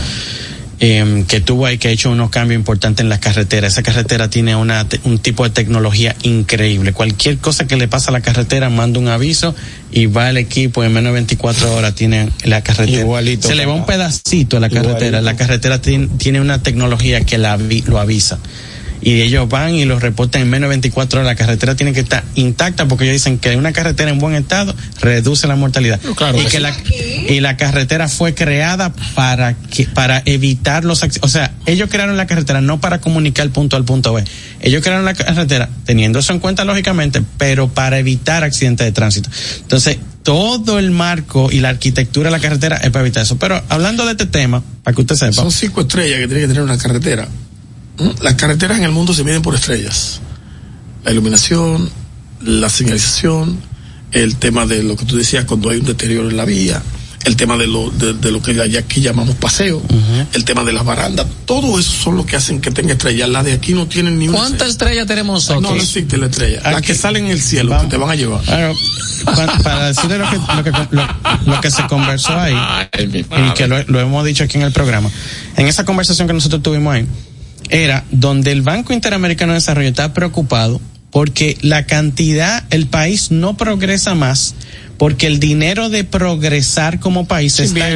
que tuvo ahí, que ha hecho unos cambios importantes en las carreteras. Esa carretera tiene un tipo de tecnología increíble. Cualquier cosa que le pasa a la carretera, manda un aviso y va el equipo, en menos de 24 horas tiene la carretera. Igualito, se le va un pedacito a la carretera. Igualito. La carretera tiene una tecnología que lo avisa. Y ellos van y los reportan en menos de 24 horas. La carretera tiene que estar intacta, porque ellos dicen que una carretera en buen estado reduce la mortalidad. Claro, y la carretera fue creada para evitar los accidentes. O sea, ellos crearon la carretera no para comunicar el punto A al punto B. Ellos crearon la carretera teniendo eso en cuenta, lógicamente, pero para evitar accidentes de tránsito. Entonces, todo el marco y la arquitectura de la carretera es para evitar eso. Pero hablando de este tema, para que usted sepa, son 5 estrellas que tiene que tener una carretera. Las carreteras en el mundo se miden por estrellas. La iluminación, la señalización, el tema de lo que tú decías cuando hay un deterioro en la vía, el tema de lo que aquí llamamos paseo, el tema de las barandas, todo eso son lo que hacen que tenga estrellas. Las de aquí no tienen ni una. ¿Cuántas estrellas tenemos nosotros? No existe la estrella. Las que salen en el cielo, que te van a llevar. Claro, para decirle lo que se conversó ahí, y que lo hemos dicho aquí en el programa, en esa conversación que nosotros tuvimos ahí, era donde el Banco Interamericano de Desarrollo está preocupado porque el país no progresa más porque el dinero de progresar como país se está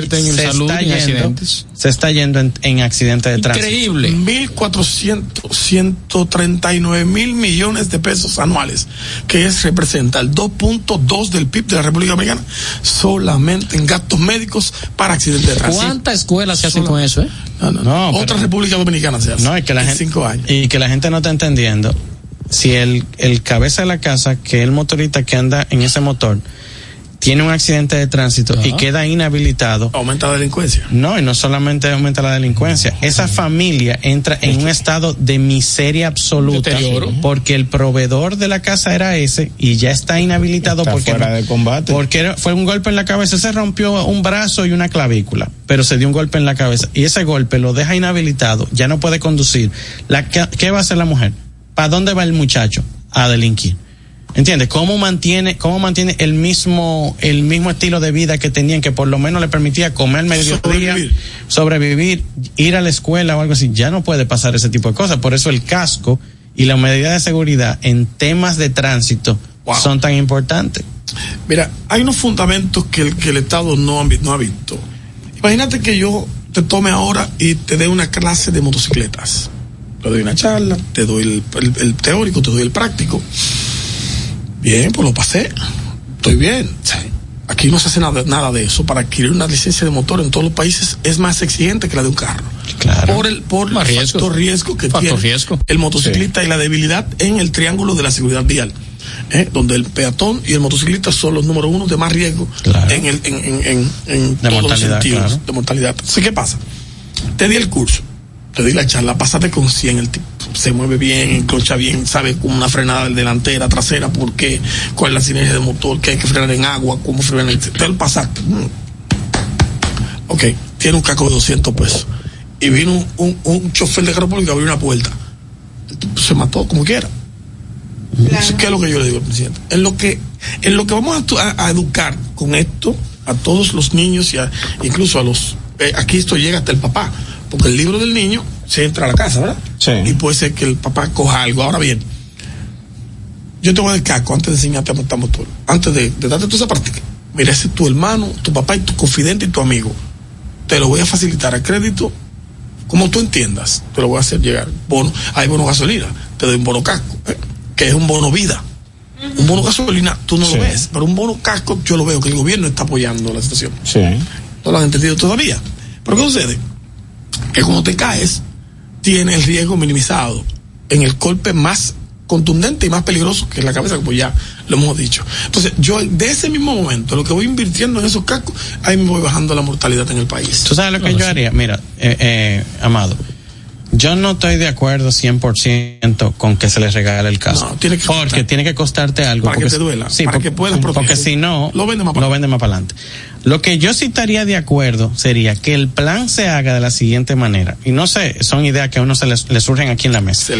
yendo en accidentes de tránsito. Increíble. 139 mil millones de pesos anuales, que representa el 2.2 del PIB de la República Dominicana, solamente en gastos médicos para accidentes de tránsito. ¿Cuántas escuelas se hacen con eso, No, otra República Dominicana se hace. No, es que la gente, 5 años. Y que la gente no está entendiendo. Si el cabeza de la casa, que es el motorista que anda en ese motor, tiene un accidente de tránsito y queda inhabilitado, aumenta la delincuencia. No, y no solamente aumenta la delincuencia, esa familia entra en un estado de miseria absoluta, porque el proveedor de la casa era ese y ya está inhabilitado porque fuera de combate. Porque fue un golpe en la cabeza, se rompió un brazo y una clavícula, pero se dio un golpe en la cabeza y ese golpe lo deja inhabilitado, ya no puede conducir. ¿Qué va a hacer la mujer? ¿Para dónde va el muchacho? A delinquir. ¿Entiendes? ¿Cómo mantiene el mismo estilo de vida que tenían, que por lo menos le permitía comer mediodía, sobrevivir, ir a la escuela o algo así? Ya no puede pasar ese tipo de cosas. Por eso el casco y la medida de seguridad en temas de tránsito son tan importantes. Mira, hay unos fundamentos que el Estado no ha visto. Imagínate que yo te tome ahora y te dé una clase de motocicletas. Te doy una charla, te doy el teórico, te doy el práctico. Bien, pues lo pasé. Estoy bien. Aquí no se hace nada de eso. Para adquirir una licencia de motor en todos los países es más exigente que la de un carro. Claro. Por el factor riesgo que tiene el motociclista y la debilidad en el triángulo de la seguridad vial. Donde el peatón y el motociclista son los número 1 de más riesgo en todos los sentidos de mortalidad. Entonces, ¿qué pasa? Te di el curso. Te di la charla, pásate con 100, el tipo se mueve bien, encrocha bien, sabe con una frenada delantera, trasera, por qué, cuál es la sinergia del motor, que hay que frenar en agua, cómo frenar, te lo pasaste. Ok, tiene un casco de 200 pesos. Y vino un chofer de carro público que abrió una puerta. El tipo se mató como quiera. Claro. ¿Qué es lo que yo le digo al presidente? En lo que vamos a educar con esto a todos los niños y incluso a los... aquí esto llega hasta el papá. Porque el libro del niño se entra a la casa, ¿verdad? Sí. Y puede ser que el papá coja algo. Ahora bien, yo te voy a dar el casco antes de enseñarte a montar motor. Antes de darte toda esa práctica. Mira, ese es tu hermano, tu papá y tu confidente y tu amigo. Te lo voy a facilitar a crédito como tú entiendas. Te lo voy a hacer llegar. Bono, hay bono gasolina. Te doy un bono casco, que es un bono vida. Un bono gasolina tú no lo ves, pero un bono casco yo lo veo, que el gobierno está apoyando la situación. Sí. No lo han entendido todavía. Pero ¿qué sucede? Que cuando te caes, tiene el riesgo minimizado en el golpe más contundente y más peligroso, que es la cabeza, pues ya lo hemos dicho. Entonces, yo de ese mismo momento, lo que voy invirtiendo en esos cascos, ahí me voy bajando la mortalidad en el país. ¿Tú sabes lo que yo haría? Mira, Amado, yo no estoy de acuerdo 100% con que se les regale el casco. No, tiene que porque tiene que costarte algo. Para que te duela, sí, para que puedas proteger. Porque si no, lo vende más para adelante. Lo que yo sí estaría de acuerdo sería que el plan se haga de la siguiente manera. Y no sé, son ideas que a uno le surgen aquí en la mesa.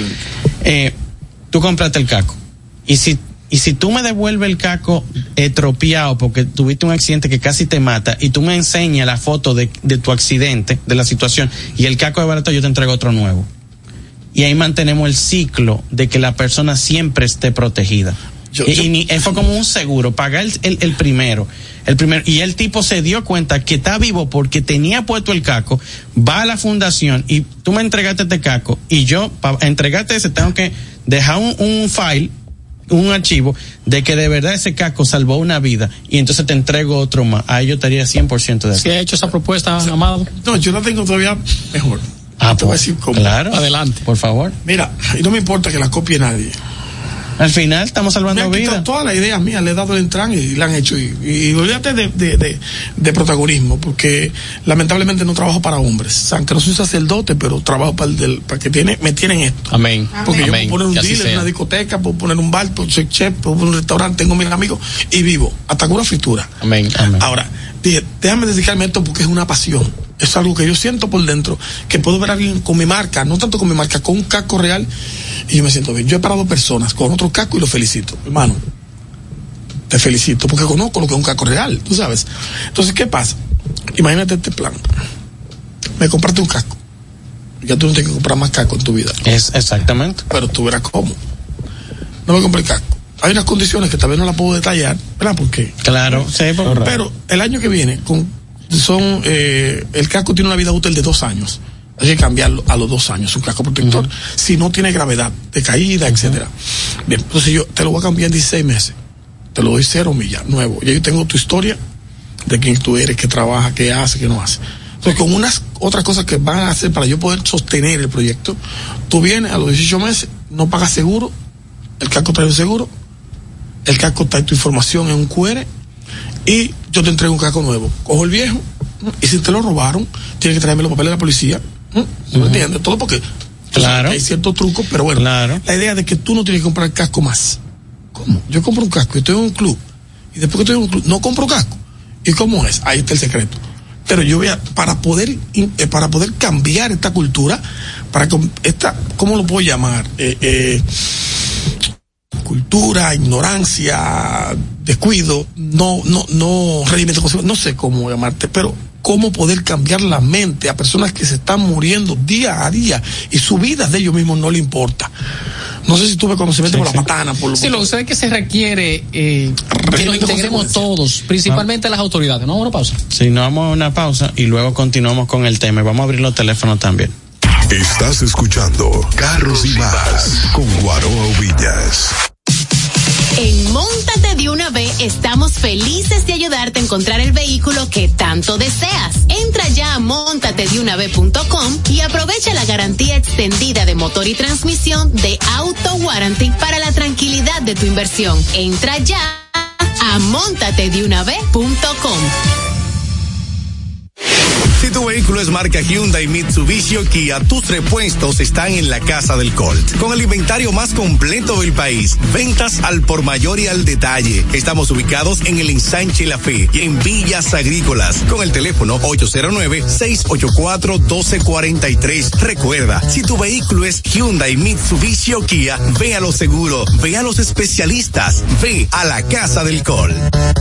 Tú compraste el casco. Y si tú me devuelves el casco tropiado porque tuviste un accidente que casi te mata y tú me enseñas la foto de tu accidente, de la situación, y el casco es barato, yo te entrego otro nuevo. Y ahí mantenemos el ciclo de que la persona siempre esté protegida. Y fue como un seguro, pagar el primero, y el tipo se dio cuenta que está vivo porque tenía puesto el casco, va a la fundación y tú me entregaste este casco y yo, para entregarte ese, tengo que dejar un file, un archivo de que de verdad ese casco salvó una vida y entonces te entrego otro más. Ahí yo estaría 100% de acuerdo. ¿Sí ha hecho esa propuesta, Amado? No, yo la tengo todavía mejor. Te voy a decir cómo. Claro, adelante, por favor. Mira, y no me importa que la copie nadie. Al final estamos salvando vidas. Todas las ideas mías le he dado el entran y la han hecho. Y olvídate de protagonismo, porque lamentablemente no trabajo para hombres. O sea, aunque no soy sacerdote, pero trabajo para que me tienen esto. Amén. Porque Amén. yo puedo poner un dealer en una discoteca, puedo poner un bar, soy chef, puedo poner un restaurante, tengo mis amigos y vivo. Hasta con una fritura. Amén. Ahora, déjame dedicarme a esto porque es una pasión. Es algo que yo siento por dentro, que puedo ver a alguien con mi marca, no tanto con mi marca, con un casco real, y yo me siento bien. Yo he parado personas con otro casco y los felicito. Hermano, te felicito porque conozco lo que es un casco real, tú sabes. Entonces, ¿qué pasa? Imagínate este plan. Me compraste un casco. Ya tú no tienes que comprar más casco en tu vida. Es exactamente. Pero tú verás cómo. No me compré el casco. hay unas condiciones que tal vez no las puedo detallar, ¿verdad? Porque claro, sí, pero el año que viene el casco tiene una vida útil de 2 años. Hay que cambiarlo a los 2 años, un casco protector, si no tiene gravedad de caída, etcétera. Bien, entonces yo te lo voy a cambiar en 16 meses. Te lo doy 0 millas, nuevo. Ya yo tengo tu historia de quién tú eres, qué trabaja, qué hace, qué no hace. Entonces, con unas otras cosas que van a hacer para yo poder sostener el proyecto, tú vienes a los 18 meses, no pagas seguro, el casco trae un seguro, el casco trae tu información en un QR y yo te entrego un casco nuevo. Cojo el viejo y si te lo robaron, tienes que traerme los papeles de la policía. ¿Me entiendes? Todo porque claro, hay ciertos trucos, pero bueno, claro, la idea de que tú no tienes que comprar casco más. ¿Cómo? Yo compro un casco, yo estoy en un club y después que estoy en un club no compro casco. ¿Y cómo es? Ahí está el secreto. Pero yo voy a, para poder cambiar esta cultura, para que ¿cómo lo puedo llamar? Cultura, ignorancia, descuido, no rendimiento, no sé cómo llamarte, pero cómo poder cambiar la mente a personas que se están muriendo día a día y su vida de ellos mismos no le importa. No sé si tuve conocimiento por la patana. Lo que sé es que se requiere que nos integremos todos, principalmente las autoridades. ¿No? Una pausa. Sí, nos vamos a una pausa y luego continuamos con el tema. Vamos a abrir los teléfonos también. Estás escuchando Carros y Más con Guaroa Villas. En Móntate de una vez estamos felices de ayudarte a encontrar el vehículo que tanto deseas. Entra ya a montatedeunav.com y aprovecha la garantía extendida de motor y transmisión de Auto Warranty para la tranquilidad de tu inversión. Entra ya a montatedeunav.com. Si tu vehículo es marca Hyundai, Mitsubishi o Kia, tus repuestos están en la Casa del Colt. Con el inventario más completo del país, ventas al por mayor y al detalle. Estamos ubicados en el Ensanche La Fe y en Villas Agrícolas, con el teléfono 809-684-1243. Recuerda, si tu vehículo es Hyundai, Mitsubishi o Kia, ve a lo seguro, ve a los especialistas, ve a la Casa del Colt.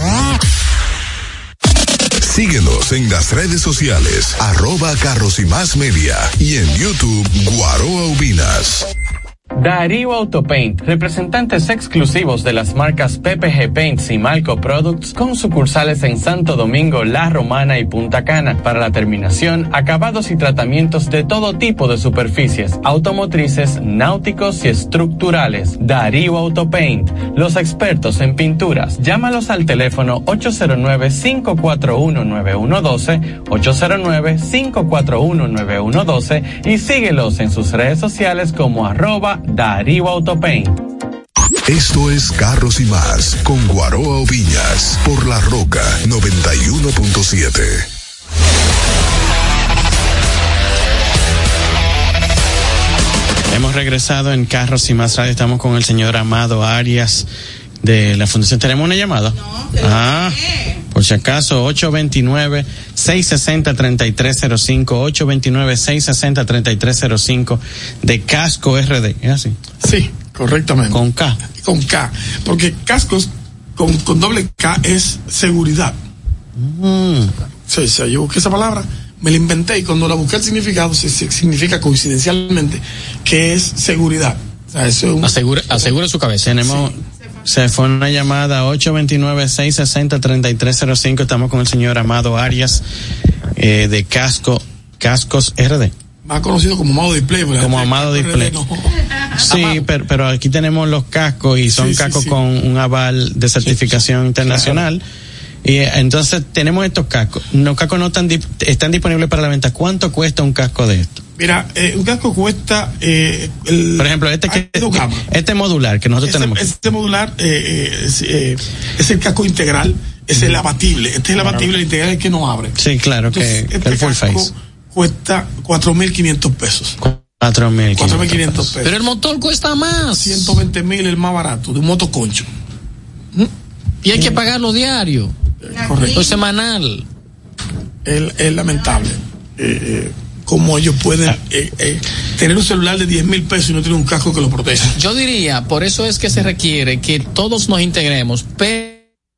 Síguenos en las redes sociales, @Carros y Más Media y en YouTube, Guaroa Ubinas. Darío Autopaint, representantes exclusivos de las marcas PPG Paints y Malco Products, con sucursales en Santo Domingo, La Romana y Punta Cana, para la terminación, acabados y tratamientos de todo tipo de superficies, automotrices, náuticos y estructurales. Darío Autopaint, los expertos en pinturas. Llámalos al teléfono 809-541-9112, 809-541-9112 y síguelos en sus redes sociales como @Darío Autopaint. Esto es Carros y Más con Guaroa Oviñas por La Roca 91.7. Hemos regresado en Carros y Más Radio. Estamos con el señor Amado Arias de la Fundación. ¿Tenemos una llamada? Por si acaso, 829-660-3305, 829-660-3305 de Casco RD, ¿es así? Sí, correctamente. Con K. Con K, porque cascos con doble K es seguridad. Sí, yo busqué esa palabra, me la inventé y cuando la busqué el significado significa coincidencialmente que es seguridad. O sea, eso es asegure su cabeza. Tenemos... Se fue una llamada 829-660-3305. Estamos con el señor Amado Arias de Cascos RD. Más conocido como Amado Display. Como Amado Display. No. Sí, pero aquí tenemos los cascos y son cascos con un aval de certificación internacional. Claro. Y entonces tenemos estos cascos. Los cascos no están disponibles para la venta. ¿Cuánto cuesta un casco de esto? Mira, un casco cuesta por ejemplo, este modular que nosotros tenemos. Este modular es el casco integral, es el abatible. Este es el abatible, el integral es el que no abre. Sí, claro. Entonces, que el full face cuesta 4.500 pesos. 4.500 pesos. Pero el motor cuesta más. 120.000 el más barato, de un motoconcho. Y hay que pagarlo diario. Correcto. O semanal. Es lamentable. Cómo ellos pueden tener un celular de 10.000 pesos y no tener un casco que lo proteja. Yo diría, por eso es que se requiere que todos nos integremos, pero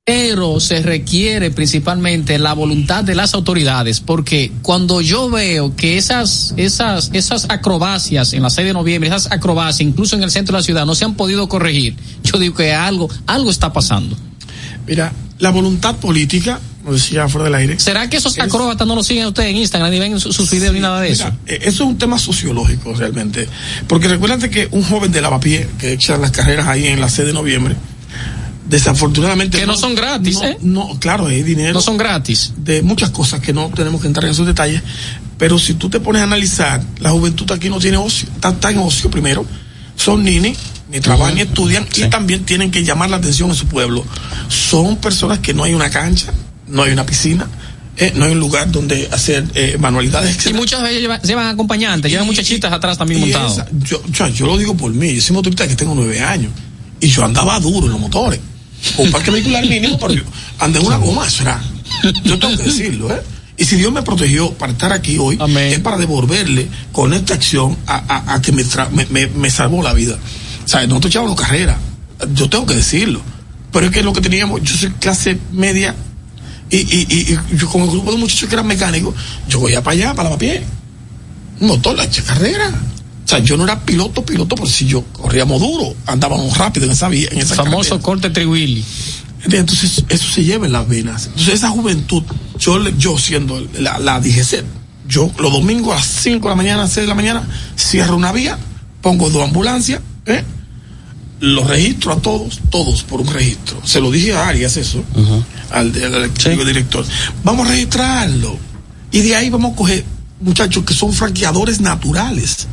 pero se requiere principalmente la voluntad de las autoridades, porque cuando yo veo que esas acrobacias en la 6 de noviembre, esas acrobacias incluso en el centro de la ciudad no se han podido corregir, yo digo que algo está pasando. Mira, la voluntad política, lo decía fuera del aire. ¿Será que esos acróbatas no los siguen a ustedes en Instagram ni ven sus videos ni nada de eso? Eso es un tema sociológico realmente, porque recuérdate que un joven de Lavapié que echa las carreras ahí en la 6 de noviembre, desafortunadamente que no son gratis, no, claro, hay dinero, no son gratis, de muchas cosas que no tenemos que entrar en esos detalles, pero si tú te pones a analizar, la juventud aquí no tiene ocio, está en ocio. Primero, son ni trabajan ni estudian, y también tienen que llamar la atención en su pueblo. Son personas que no hay una cancha, no hay una piscina, no hay un lugar donde hacer manualidades, etc. Y muchas veces llevan acompañantes, llevan muchachitas atrás también montados. Yo lo digo por mí, yo soy motorista que tengo 9 años y yo andaba duro en los motores, con parque vehicular mínimo, pero yo andé en una goma, será. Yo tengo que decirlo, Y si Dios me protegió para estar aquí hoy, es para devolverle con esta acción a que me salvó la vida. O sea, nosotros echábamos carrera, yo tengo que decirlo, pero es que lo que teníamos, yo soy clase media, y yo con el grupo de muchachos que eran mecánicos, yo voy para allá, para Lavapié, un motor, la eché carrera. O sea, yo no era piloto, pero si yo corríamos duro, andábamos rápido en esa vía, en esa famoso carretera. corte Triwilly. Entonces, eso se lleva en las venas. Entonces, esa juventud, yo siendo la DGC, yo los domingos a las 5 de la mañana, 6 de la mañana, cierro una vía, pongo 2 ambulancias, los registro a todos por un registro. Se lo dije a Arias eso, al director. Vamos a registrarlo. Y de ahí vamos a coger muchachos que son franqueadores naturales.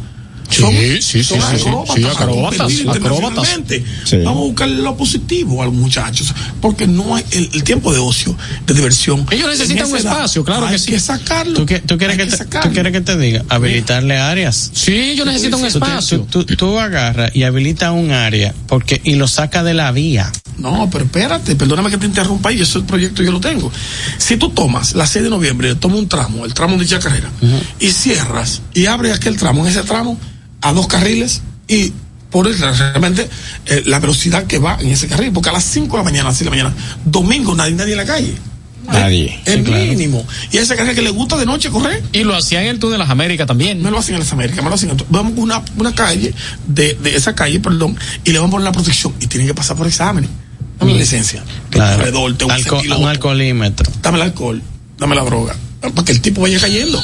Acróbatas. Sí. Vamos a buscar lo positivo a los muchachos, porque no hay el tiempo de ocio, de diversión. Ellos necesitan un espacio, claro que sí. Hay que sacarlo. ¿Tú quieres que te diga? Habilitarle áreas. Sí, ellos necesitan un espacio. Tú agarras y habilitas un área y lo saca de la vía. No, pero espérate, perdóname que te interrumpa ahí, ese proyecto yo lo tengo. Si tú tomas la 6 de noviembre, tomas un tramo, el tramo de Chacarrera, y cierras y abres aquel tramo, en ese tramo, a 2 carriles, y por realmente la velocidad que va en ese carril, porque a las 5 de la mañana, 6 de la mañana, domingo, nadie en la calle. Nadie. El mínimo. Y a ese carril que le gusta de noche correr. Y lo hacían en el Túnel de las Américas también. Me lo hacían en las Américas, vamos a una calle, de esa calle, y le vamos a poner la protección, y tienen que pasar por exámenes. Dame la licencia. Claro. Un alcoholímetro. Dame el alcohol, dame la droga, para que el tipo vaya cayendo.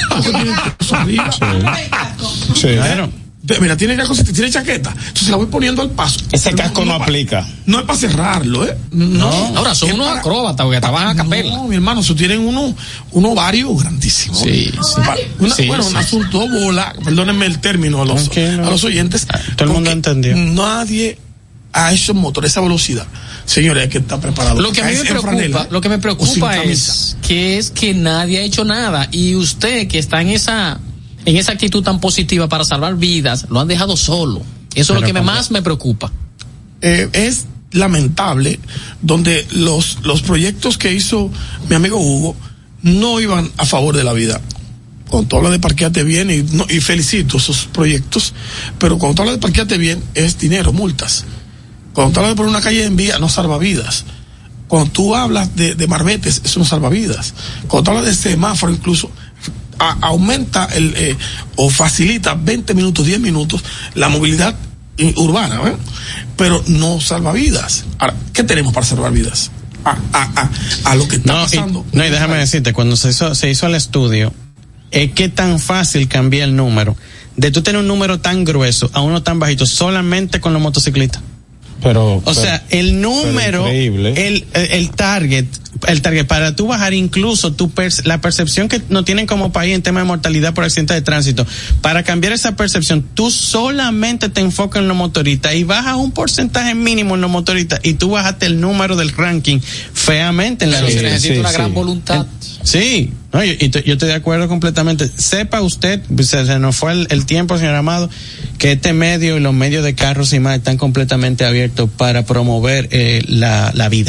Sí. Claro. Mira, tiene chaqueta, entonces la voy poniendo al paso. Ese casco no aplica. No es para cerrarlo, No. Ahora son unos acróbatas porque trabajan a capela. No, mi hermano, eso tienen unos ovarios grandísimos. Sí. Un asunto bola, perdónenme el término a los oyentes. Todo el mundo entendió. Nadie a esos motores, esa velocidad. Señores, hay que estar preparado. Lo que me preocupa es que nadie ha hecho nada, y usted que está en esa actitud tan positiva para salvar vidas, lo han dejado solo. Eso es lo que más me preocupa. Es lamentable donde los proyectos que hizo mi amigo Hugo no iban a favor de la vida. Cuando tú hablas de parquearte bien, y felicito esos proyectos, pero cuando tú hablas de parquearte bien es dinero, multas. Cuando tú hablas de poner una calle en vía, no salva vidas. Cuando tú hablas de marbetes, eso no salva vidas. Cuando tú hablas de semáforo, incluso aumenta o facilita 20 minutos, 10 minutos la movilidad urbana, pero no salva vidas. Ahora, ¿qué tenemos para salvar vidas? A lo que está pasando. Y déjame decirte, cuando se hizo el estudio, es que tan fácil cambiar el número de tú tener un número tan grueso a uno tan bajito solamente con los motociclistas. O sea, el número, el target para tú bajar incluso la percepción que no tienen como país en tema de mortalidad por accidentes de tránsito, para cambiar esa percepción, tú solamente te enfocas en los motoristas y bajas un porcentaje mínimo en los motoristas, y tú bajaste el número del ranking feamente en la se necesita una gran voluntad. Sí, no, yo estoy de acuerdo completamente. Sepa usted, se nos fue el tiempo, señor Amado, que este medio y los medios de Carros y Más están completamente abiertos para promover la vida.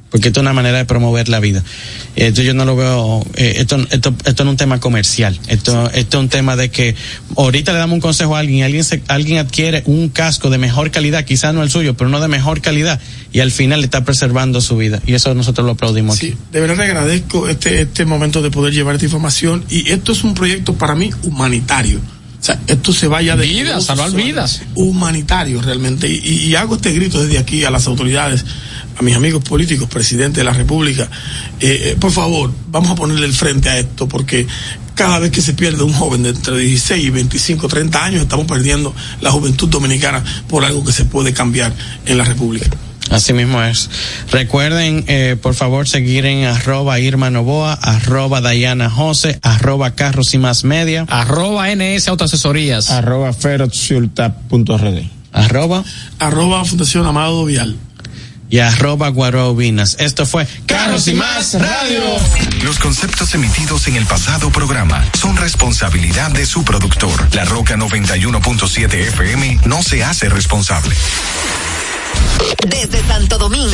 porque esto es una manera de promover la vida. Esto yo no lo veo, esto no es un tema comercial, esto es un tema de que ahorita le damos un consejo a alguien adquiere un casco de mejor calidad, quizás no el suyo, pero no de mejor calidad, y al final le está preservando su vida, y eso nosotros lo aplaudimos. Sí, de verdad le agradezco este momento de poder llevar esta información, y esto es un proyecto para mí humanitario. O sea, esto se vaya de vidas, salvar vidas. Humanitario realmente, y hago este grito desde aquí a las autoridades, a mis amigos políticos, presidente de la República, por favor, vamos a ponerle el frente a esto, porque cada vez que se pierde un joven de entre 16 y 25, 30 años, estamos perdiendo la juventud dominicana por algo que se puede cambiar en la República. Así mismo es. Recuerden, por favor, seguir en @Irma Novoa, @Diana Jose, @Carros y Más Media, @NS Autoasesorías, @ferotsulta.rd, Fundación Amado Vial y @Guarobinas. Esto fue Carros y Más Radio. Los conceptos emitidos en el pasado programa son responsabilidad de su productor. La Roca 91.7 FM no se hace responsable. Desde Santo Domingo,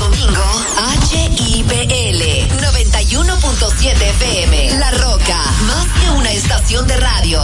HIPL 91.7 FM. La Roca, más que una estación de radio.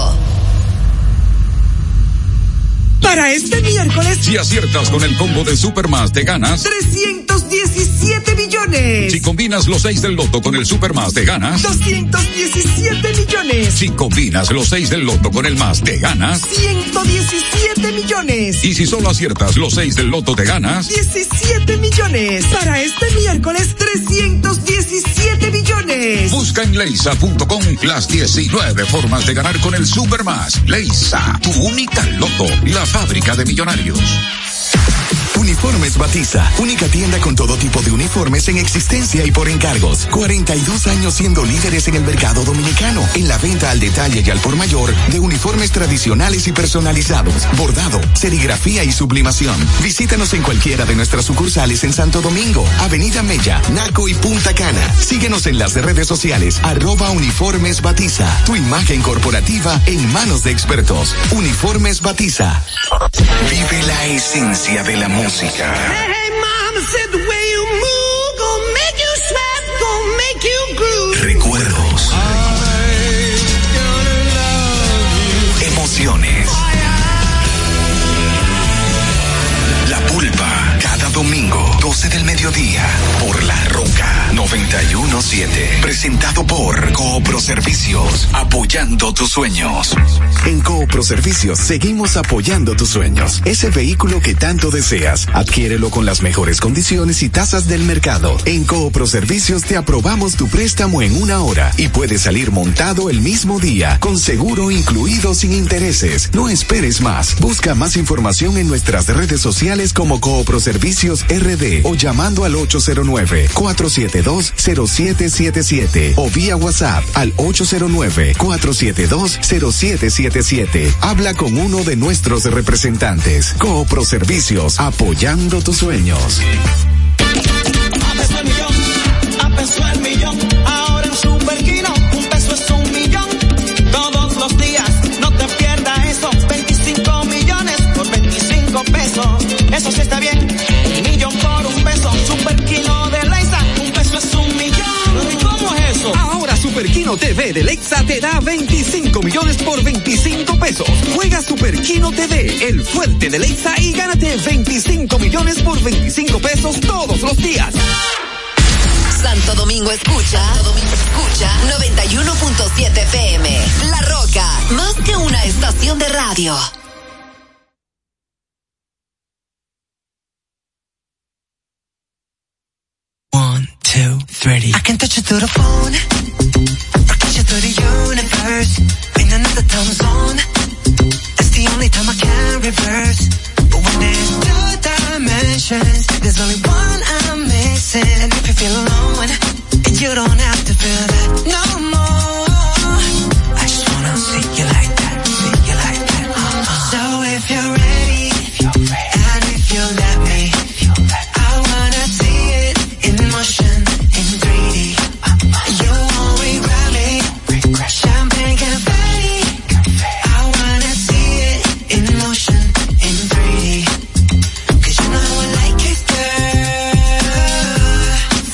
Para este miércoles, si aciertas con el combo de Supermás, te ganas 317 millones. Si combinas los 6 del loto con el Supermás, te ganas 217 millones. Si combinas los 6 del loto con el más, te ganas 117 millones. Y si solo aciertas los 6 del loto, te ganas 17 millones. Para este miércoles, 317 millones. Busca en leisa.com las 19 formas de ganar con el Supermás. Leisa, tu única loto, la fábrica de millonarios. Uniformes Batiza, única tienda con todo tipo de uniformes en existencia y por encargos. 42 años siendo líderes en el mercado dominicano, en la venta al detalle y al por mayor de uniformes tradicionales y personalizados, bordado, serigrafía y sublimación. Visítanos en cualquiera de nuestras sucursales en Santo Domingo, Avenida Mella, Naco y Punta Cana. Síguenos en las redes sociales, @Uniformes Batiza. Tu imagen corporativa en manos de expertos. Uniformes Batiza. Vive la esencia de la música. Hey, mama said the way you move, gonna make you sweat, gonna make you groove. Recuerdos. Emociones. La Pulpa, cada domingo, 12 del mediodía, por La Roca 91.7. Presentado por Coopro Servicios, apoyando tus sueños. En Coopro Servicios seguimos apoyando tus sueños. Ese vehículo que tanto deseas, adquiérelo con las mejores condiciones y tasas del mercado. En Coopro Servicios te aprobamos tu préstamo en 1 hora y puedes salir montado el mismo día, con seguro incluido sin intereses. No esperes más. Busca más información en nuestras redes sociales como Coopro Servicios RD o llamando al 809-472-0777 o vía WhatsApp al 809-472-0777. Habla con uno de nuestros representantes. Coopro Servicios, apoyando tus sueños. A peso el millón, ahora en Superquino, $1 es $1 millón. Todos los días, no te pierdas eso, 25 millones por 25 pesos. Eso sí está bien, $1 millón por $1. Superquino de Leisa, $1 es $1 millón. ¿Y cómo es eso? Ahora Superquino TV de Lexa te da 25 millones por 25 pesos. Juega Superquino TV, el fuerte de Lexa, y gánate 25 millones por 25 pesos todos los días. Santo Domingo escucha 91.7 FM. La Roca, más que una estación de radio. One, two, three. I can touch you through the phone, or touch you through the universe. In another time zone, that's the only time I can reverse. But when there's 2 dimensions, there's only one I'm missing. And if you feel alone, and you don't have to feel that no more. I just wanna see you like that, see you like that. So if you're ready, and if you let me, I wanna see it in motion, in 3D. You won't regret me. Champagne confetti. I wanna see it in motion, in 3D. 'Cause you know I like it, girl.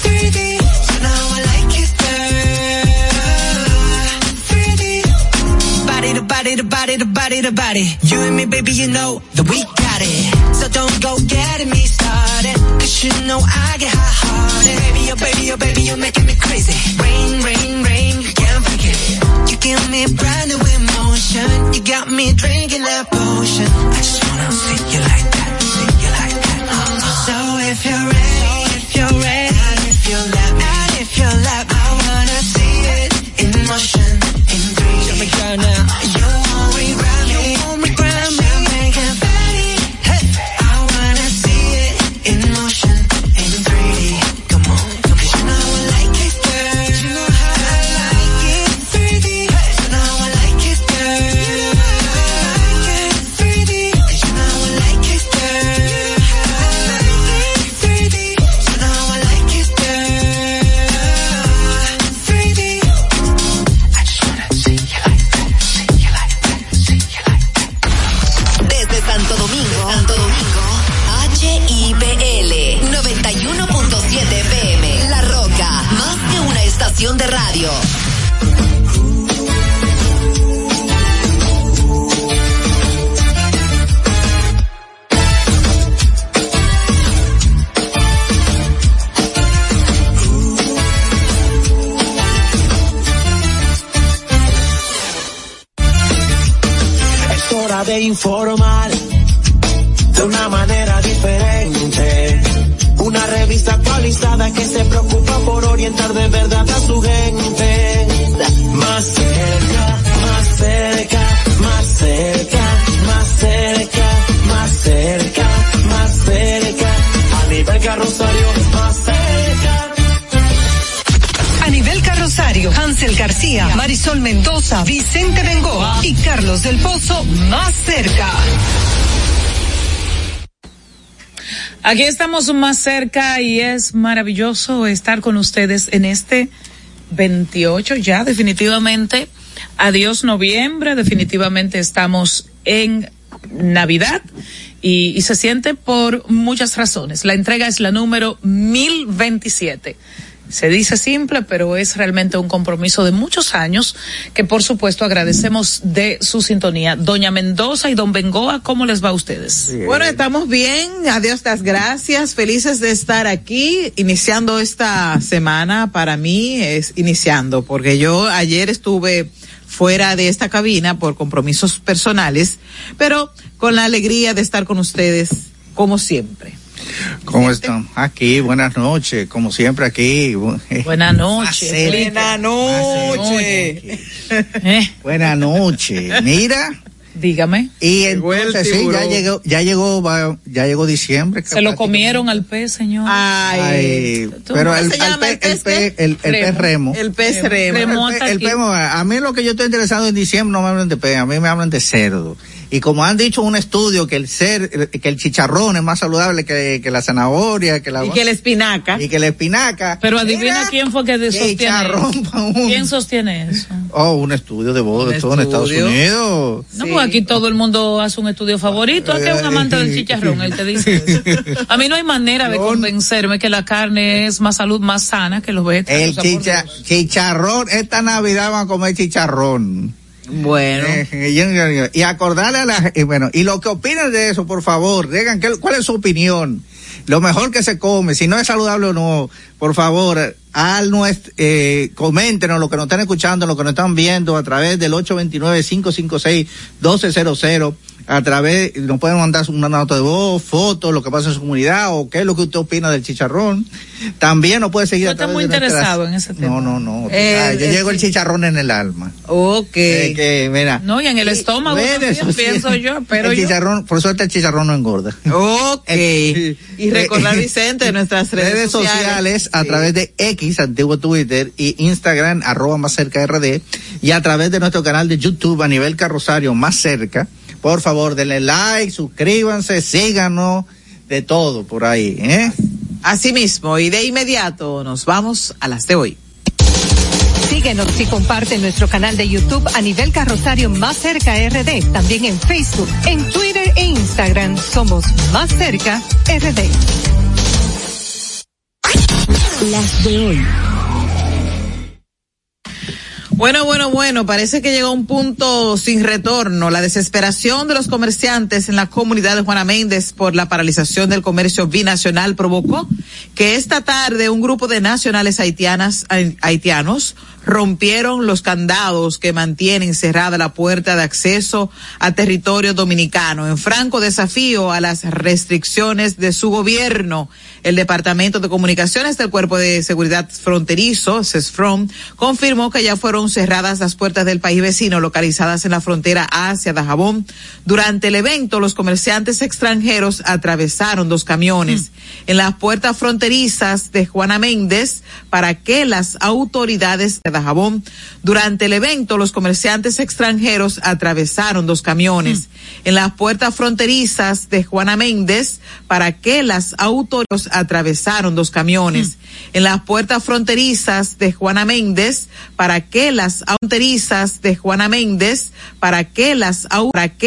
body, the body, the body, the body. You and me, baby, you know that we got it. So don't go getting me started, 'cause you know I get hot-hearted. Baby, oh baby, oh baby, you're making me crazy. Rain, rain, rain, you can't break it. You give me brand new emotion. You got me drinking that potion. I just wanna see you like that, see you like that. So if you're ready, if you're ready, and if you let me, and if you let me, I wanna see it in motion, in 3D. Show me girl now. You want me, grab me, you want me, grab me. Champagne confetti, hey. I wanna see it in motion, in 3D. Come on, 'cause you know I like it, girl. You know how I like it, 3D. You know I like it, girl. You know how I like it, 3D. 'Cause you know I like it, girl. You know how I like it, 3D. You know I like it, girl. 3D. I just wanna see you like that, see you like that, see you like that. Desde Santo Domingo, HIPL 91.7 FM, La Roca, más que una estación de radio. Es hora de informar de una manera diferente. Una revista actualizada que se preocupa por orientar de verdad a su gente. Más cerca, más cerca, más cerca, más cerca, más cerca, más cerca. A nivel carrosario, más cerca. Anibel Carrosario, Hansel García, Marisol Mendoza, Vicente Bengoa y Carlos del Pozo, más cerca. Aquí estamos más cerca y es maravilloso estar con ustedes en este 28 ya, definitivamente. Adiós noviembre, definitivamente estamos en Navidad y se siente por muchas razones. La entrega es la número 1027. Se dice simple, pero es realmente un compromiso de muchos años que, por supuesto, agradecemos de su sintonía. Doña Mendoza y don Bengoa, ¿cómo les va a ustedes? Bien. Bueno, estamos bien. A Dios las gracias. Felices de estar aquí, iniciando esta semana. Para mí es iniciando, porque yo ayer estuve fuera de esta cabina por compromisos personales, pero con la alegría de estar con ustedes, como siempre. ¿Cómo están? Aquí, buenas noches, como siempre aquí. Buenas noches. Buenas noches. Buenas noches. Mira. Dígame. Y entonces sí, ya llegó diciembre. Se lo comieron al pez, señor. Ay, pero el pez remo. El pez remo. El pez, a mí lo que yo estoy interesado en diciembre no me hablan de pez, a mí me hablan de cerdo. Y como han dicho en un estudio que el chicharrón es más saludable que la zanahoria, que la... Y que la espinaca. Pero adivina quién fue que sostiene eso. ¿Quién sostiene eso? Oh, un estudio de voz, todo en Estados Unidos. No, pues aquí todo el mundo hace un estudio favorito. Aquí es un amante del chicharrón el que dice eso. A mí no hay manera de convencerme que la carne es más salud, más sana que los vegetales. El chicharrón, esta Navidad van a comer chicharrón. Bueno. Y acordarle y lo que opinan de eso, por favor, digan cuál es su opinión. Lo mejor que se come, si no es saludable o no, por favor, coméntenos lo que nos están escuchando, lo que nos están viendo a través del 829-556-1200, a través, nos pueden mandar una nota de voz, fotos, lo que pasa en su comunidad, o qué es lo que usted opina del chicharrón. También nos puede seguir a través de nuestras... interesado en ese tema. No. Yo llego el chicharrón en el alma. Okay. Mira. No, y en el estómago también, pienso yo, pero el chicharrón, por suerte el chicharrón no engorda. Okay. Y recordar, Vicente, de nuestras redes sociales a través de X, antiguo Twitter, y Instagram, @máscerca_rd, y a través de nuestro canal de YouTube, Anibel Carrosario, Más Cerca. Por favor, denle like, suscríbanse, síganos, de todo por ahí, Así mismo, y de inmediato nos vamos a las de hoy. Síguenos y comparte nuestro canal de YouTube Anibel Carrosario Más Cerca RD. También en Facebook, en Twitter e Instagram somos Más Cerca RD. Las de hoy. Bueno, parece que llegó a un punto sin retorno. La desesperación de los comerciantes en la comunidad de Juana Méndez por la paralización del comercio binacional provocó que esta tarde un grupo de nacionales haitianos rompieron los candados que mantienen cerrada la puerta de acceso a territorio dominicano, en franco desafío a las restricciones de su gobierno. El Departamento de Comunicaciones del Cuerpo de Seguridad Fronterizo, CESFRON, confirmó que ya fueron cerradas las puertas del país vecino localizadas en la frontera hacia Dajabón. Durante el evento, los comerciantes extranjeros atravesaron 2 camiones en las puertas fronterizas de Juana Méndez para que las autoridades de Dajabón. Durante el evento, los comerciantes extranjeros atravesaron 2 camiones en las puertas fronterizas de Juana Méndez para que las autoridades atravesaron 2 camiones en las puertas fronterizas de Juana Méndez para que las fronterizas de Juana Méndez para que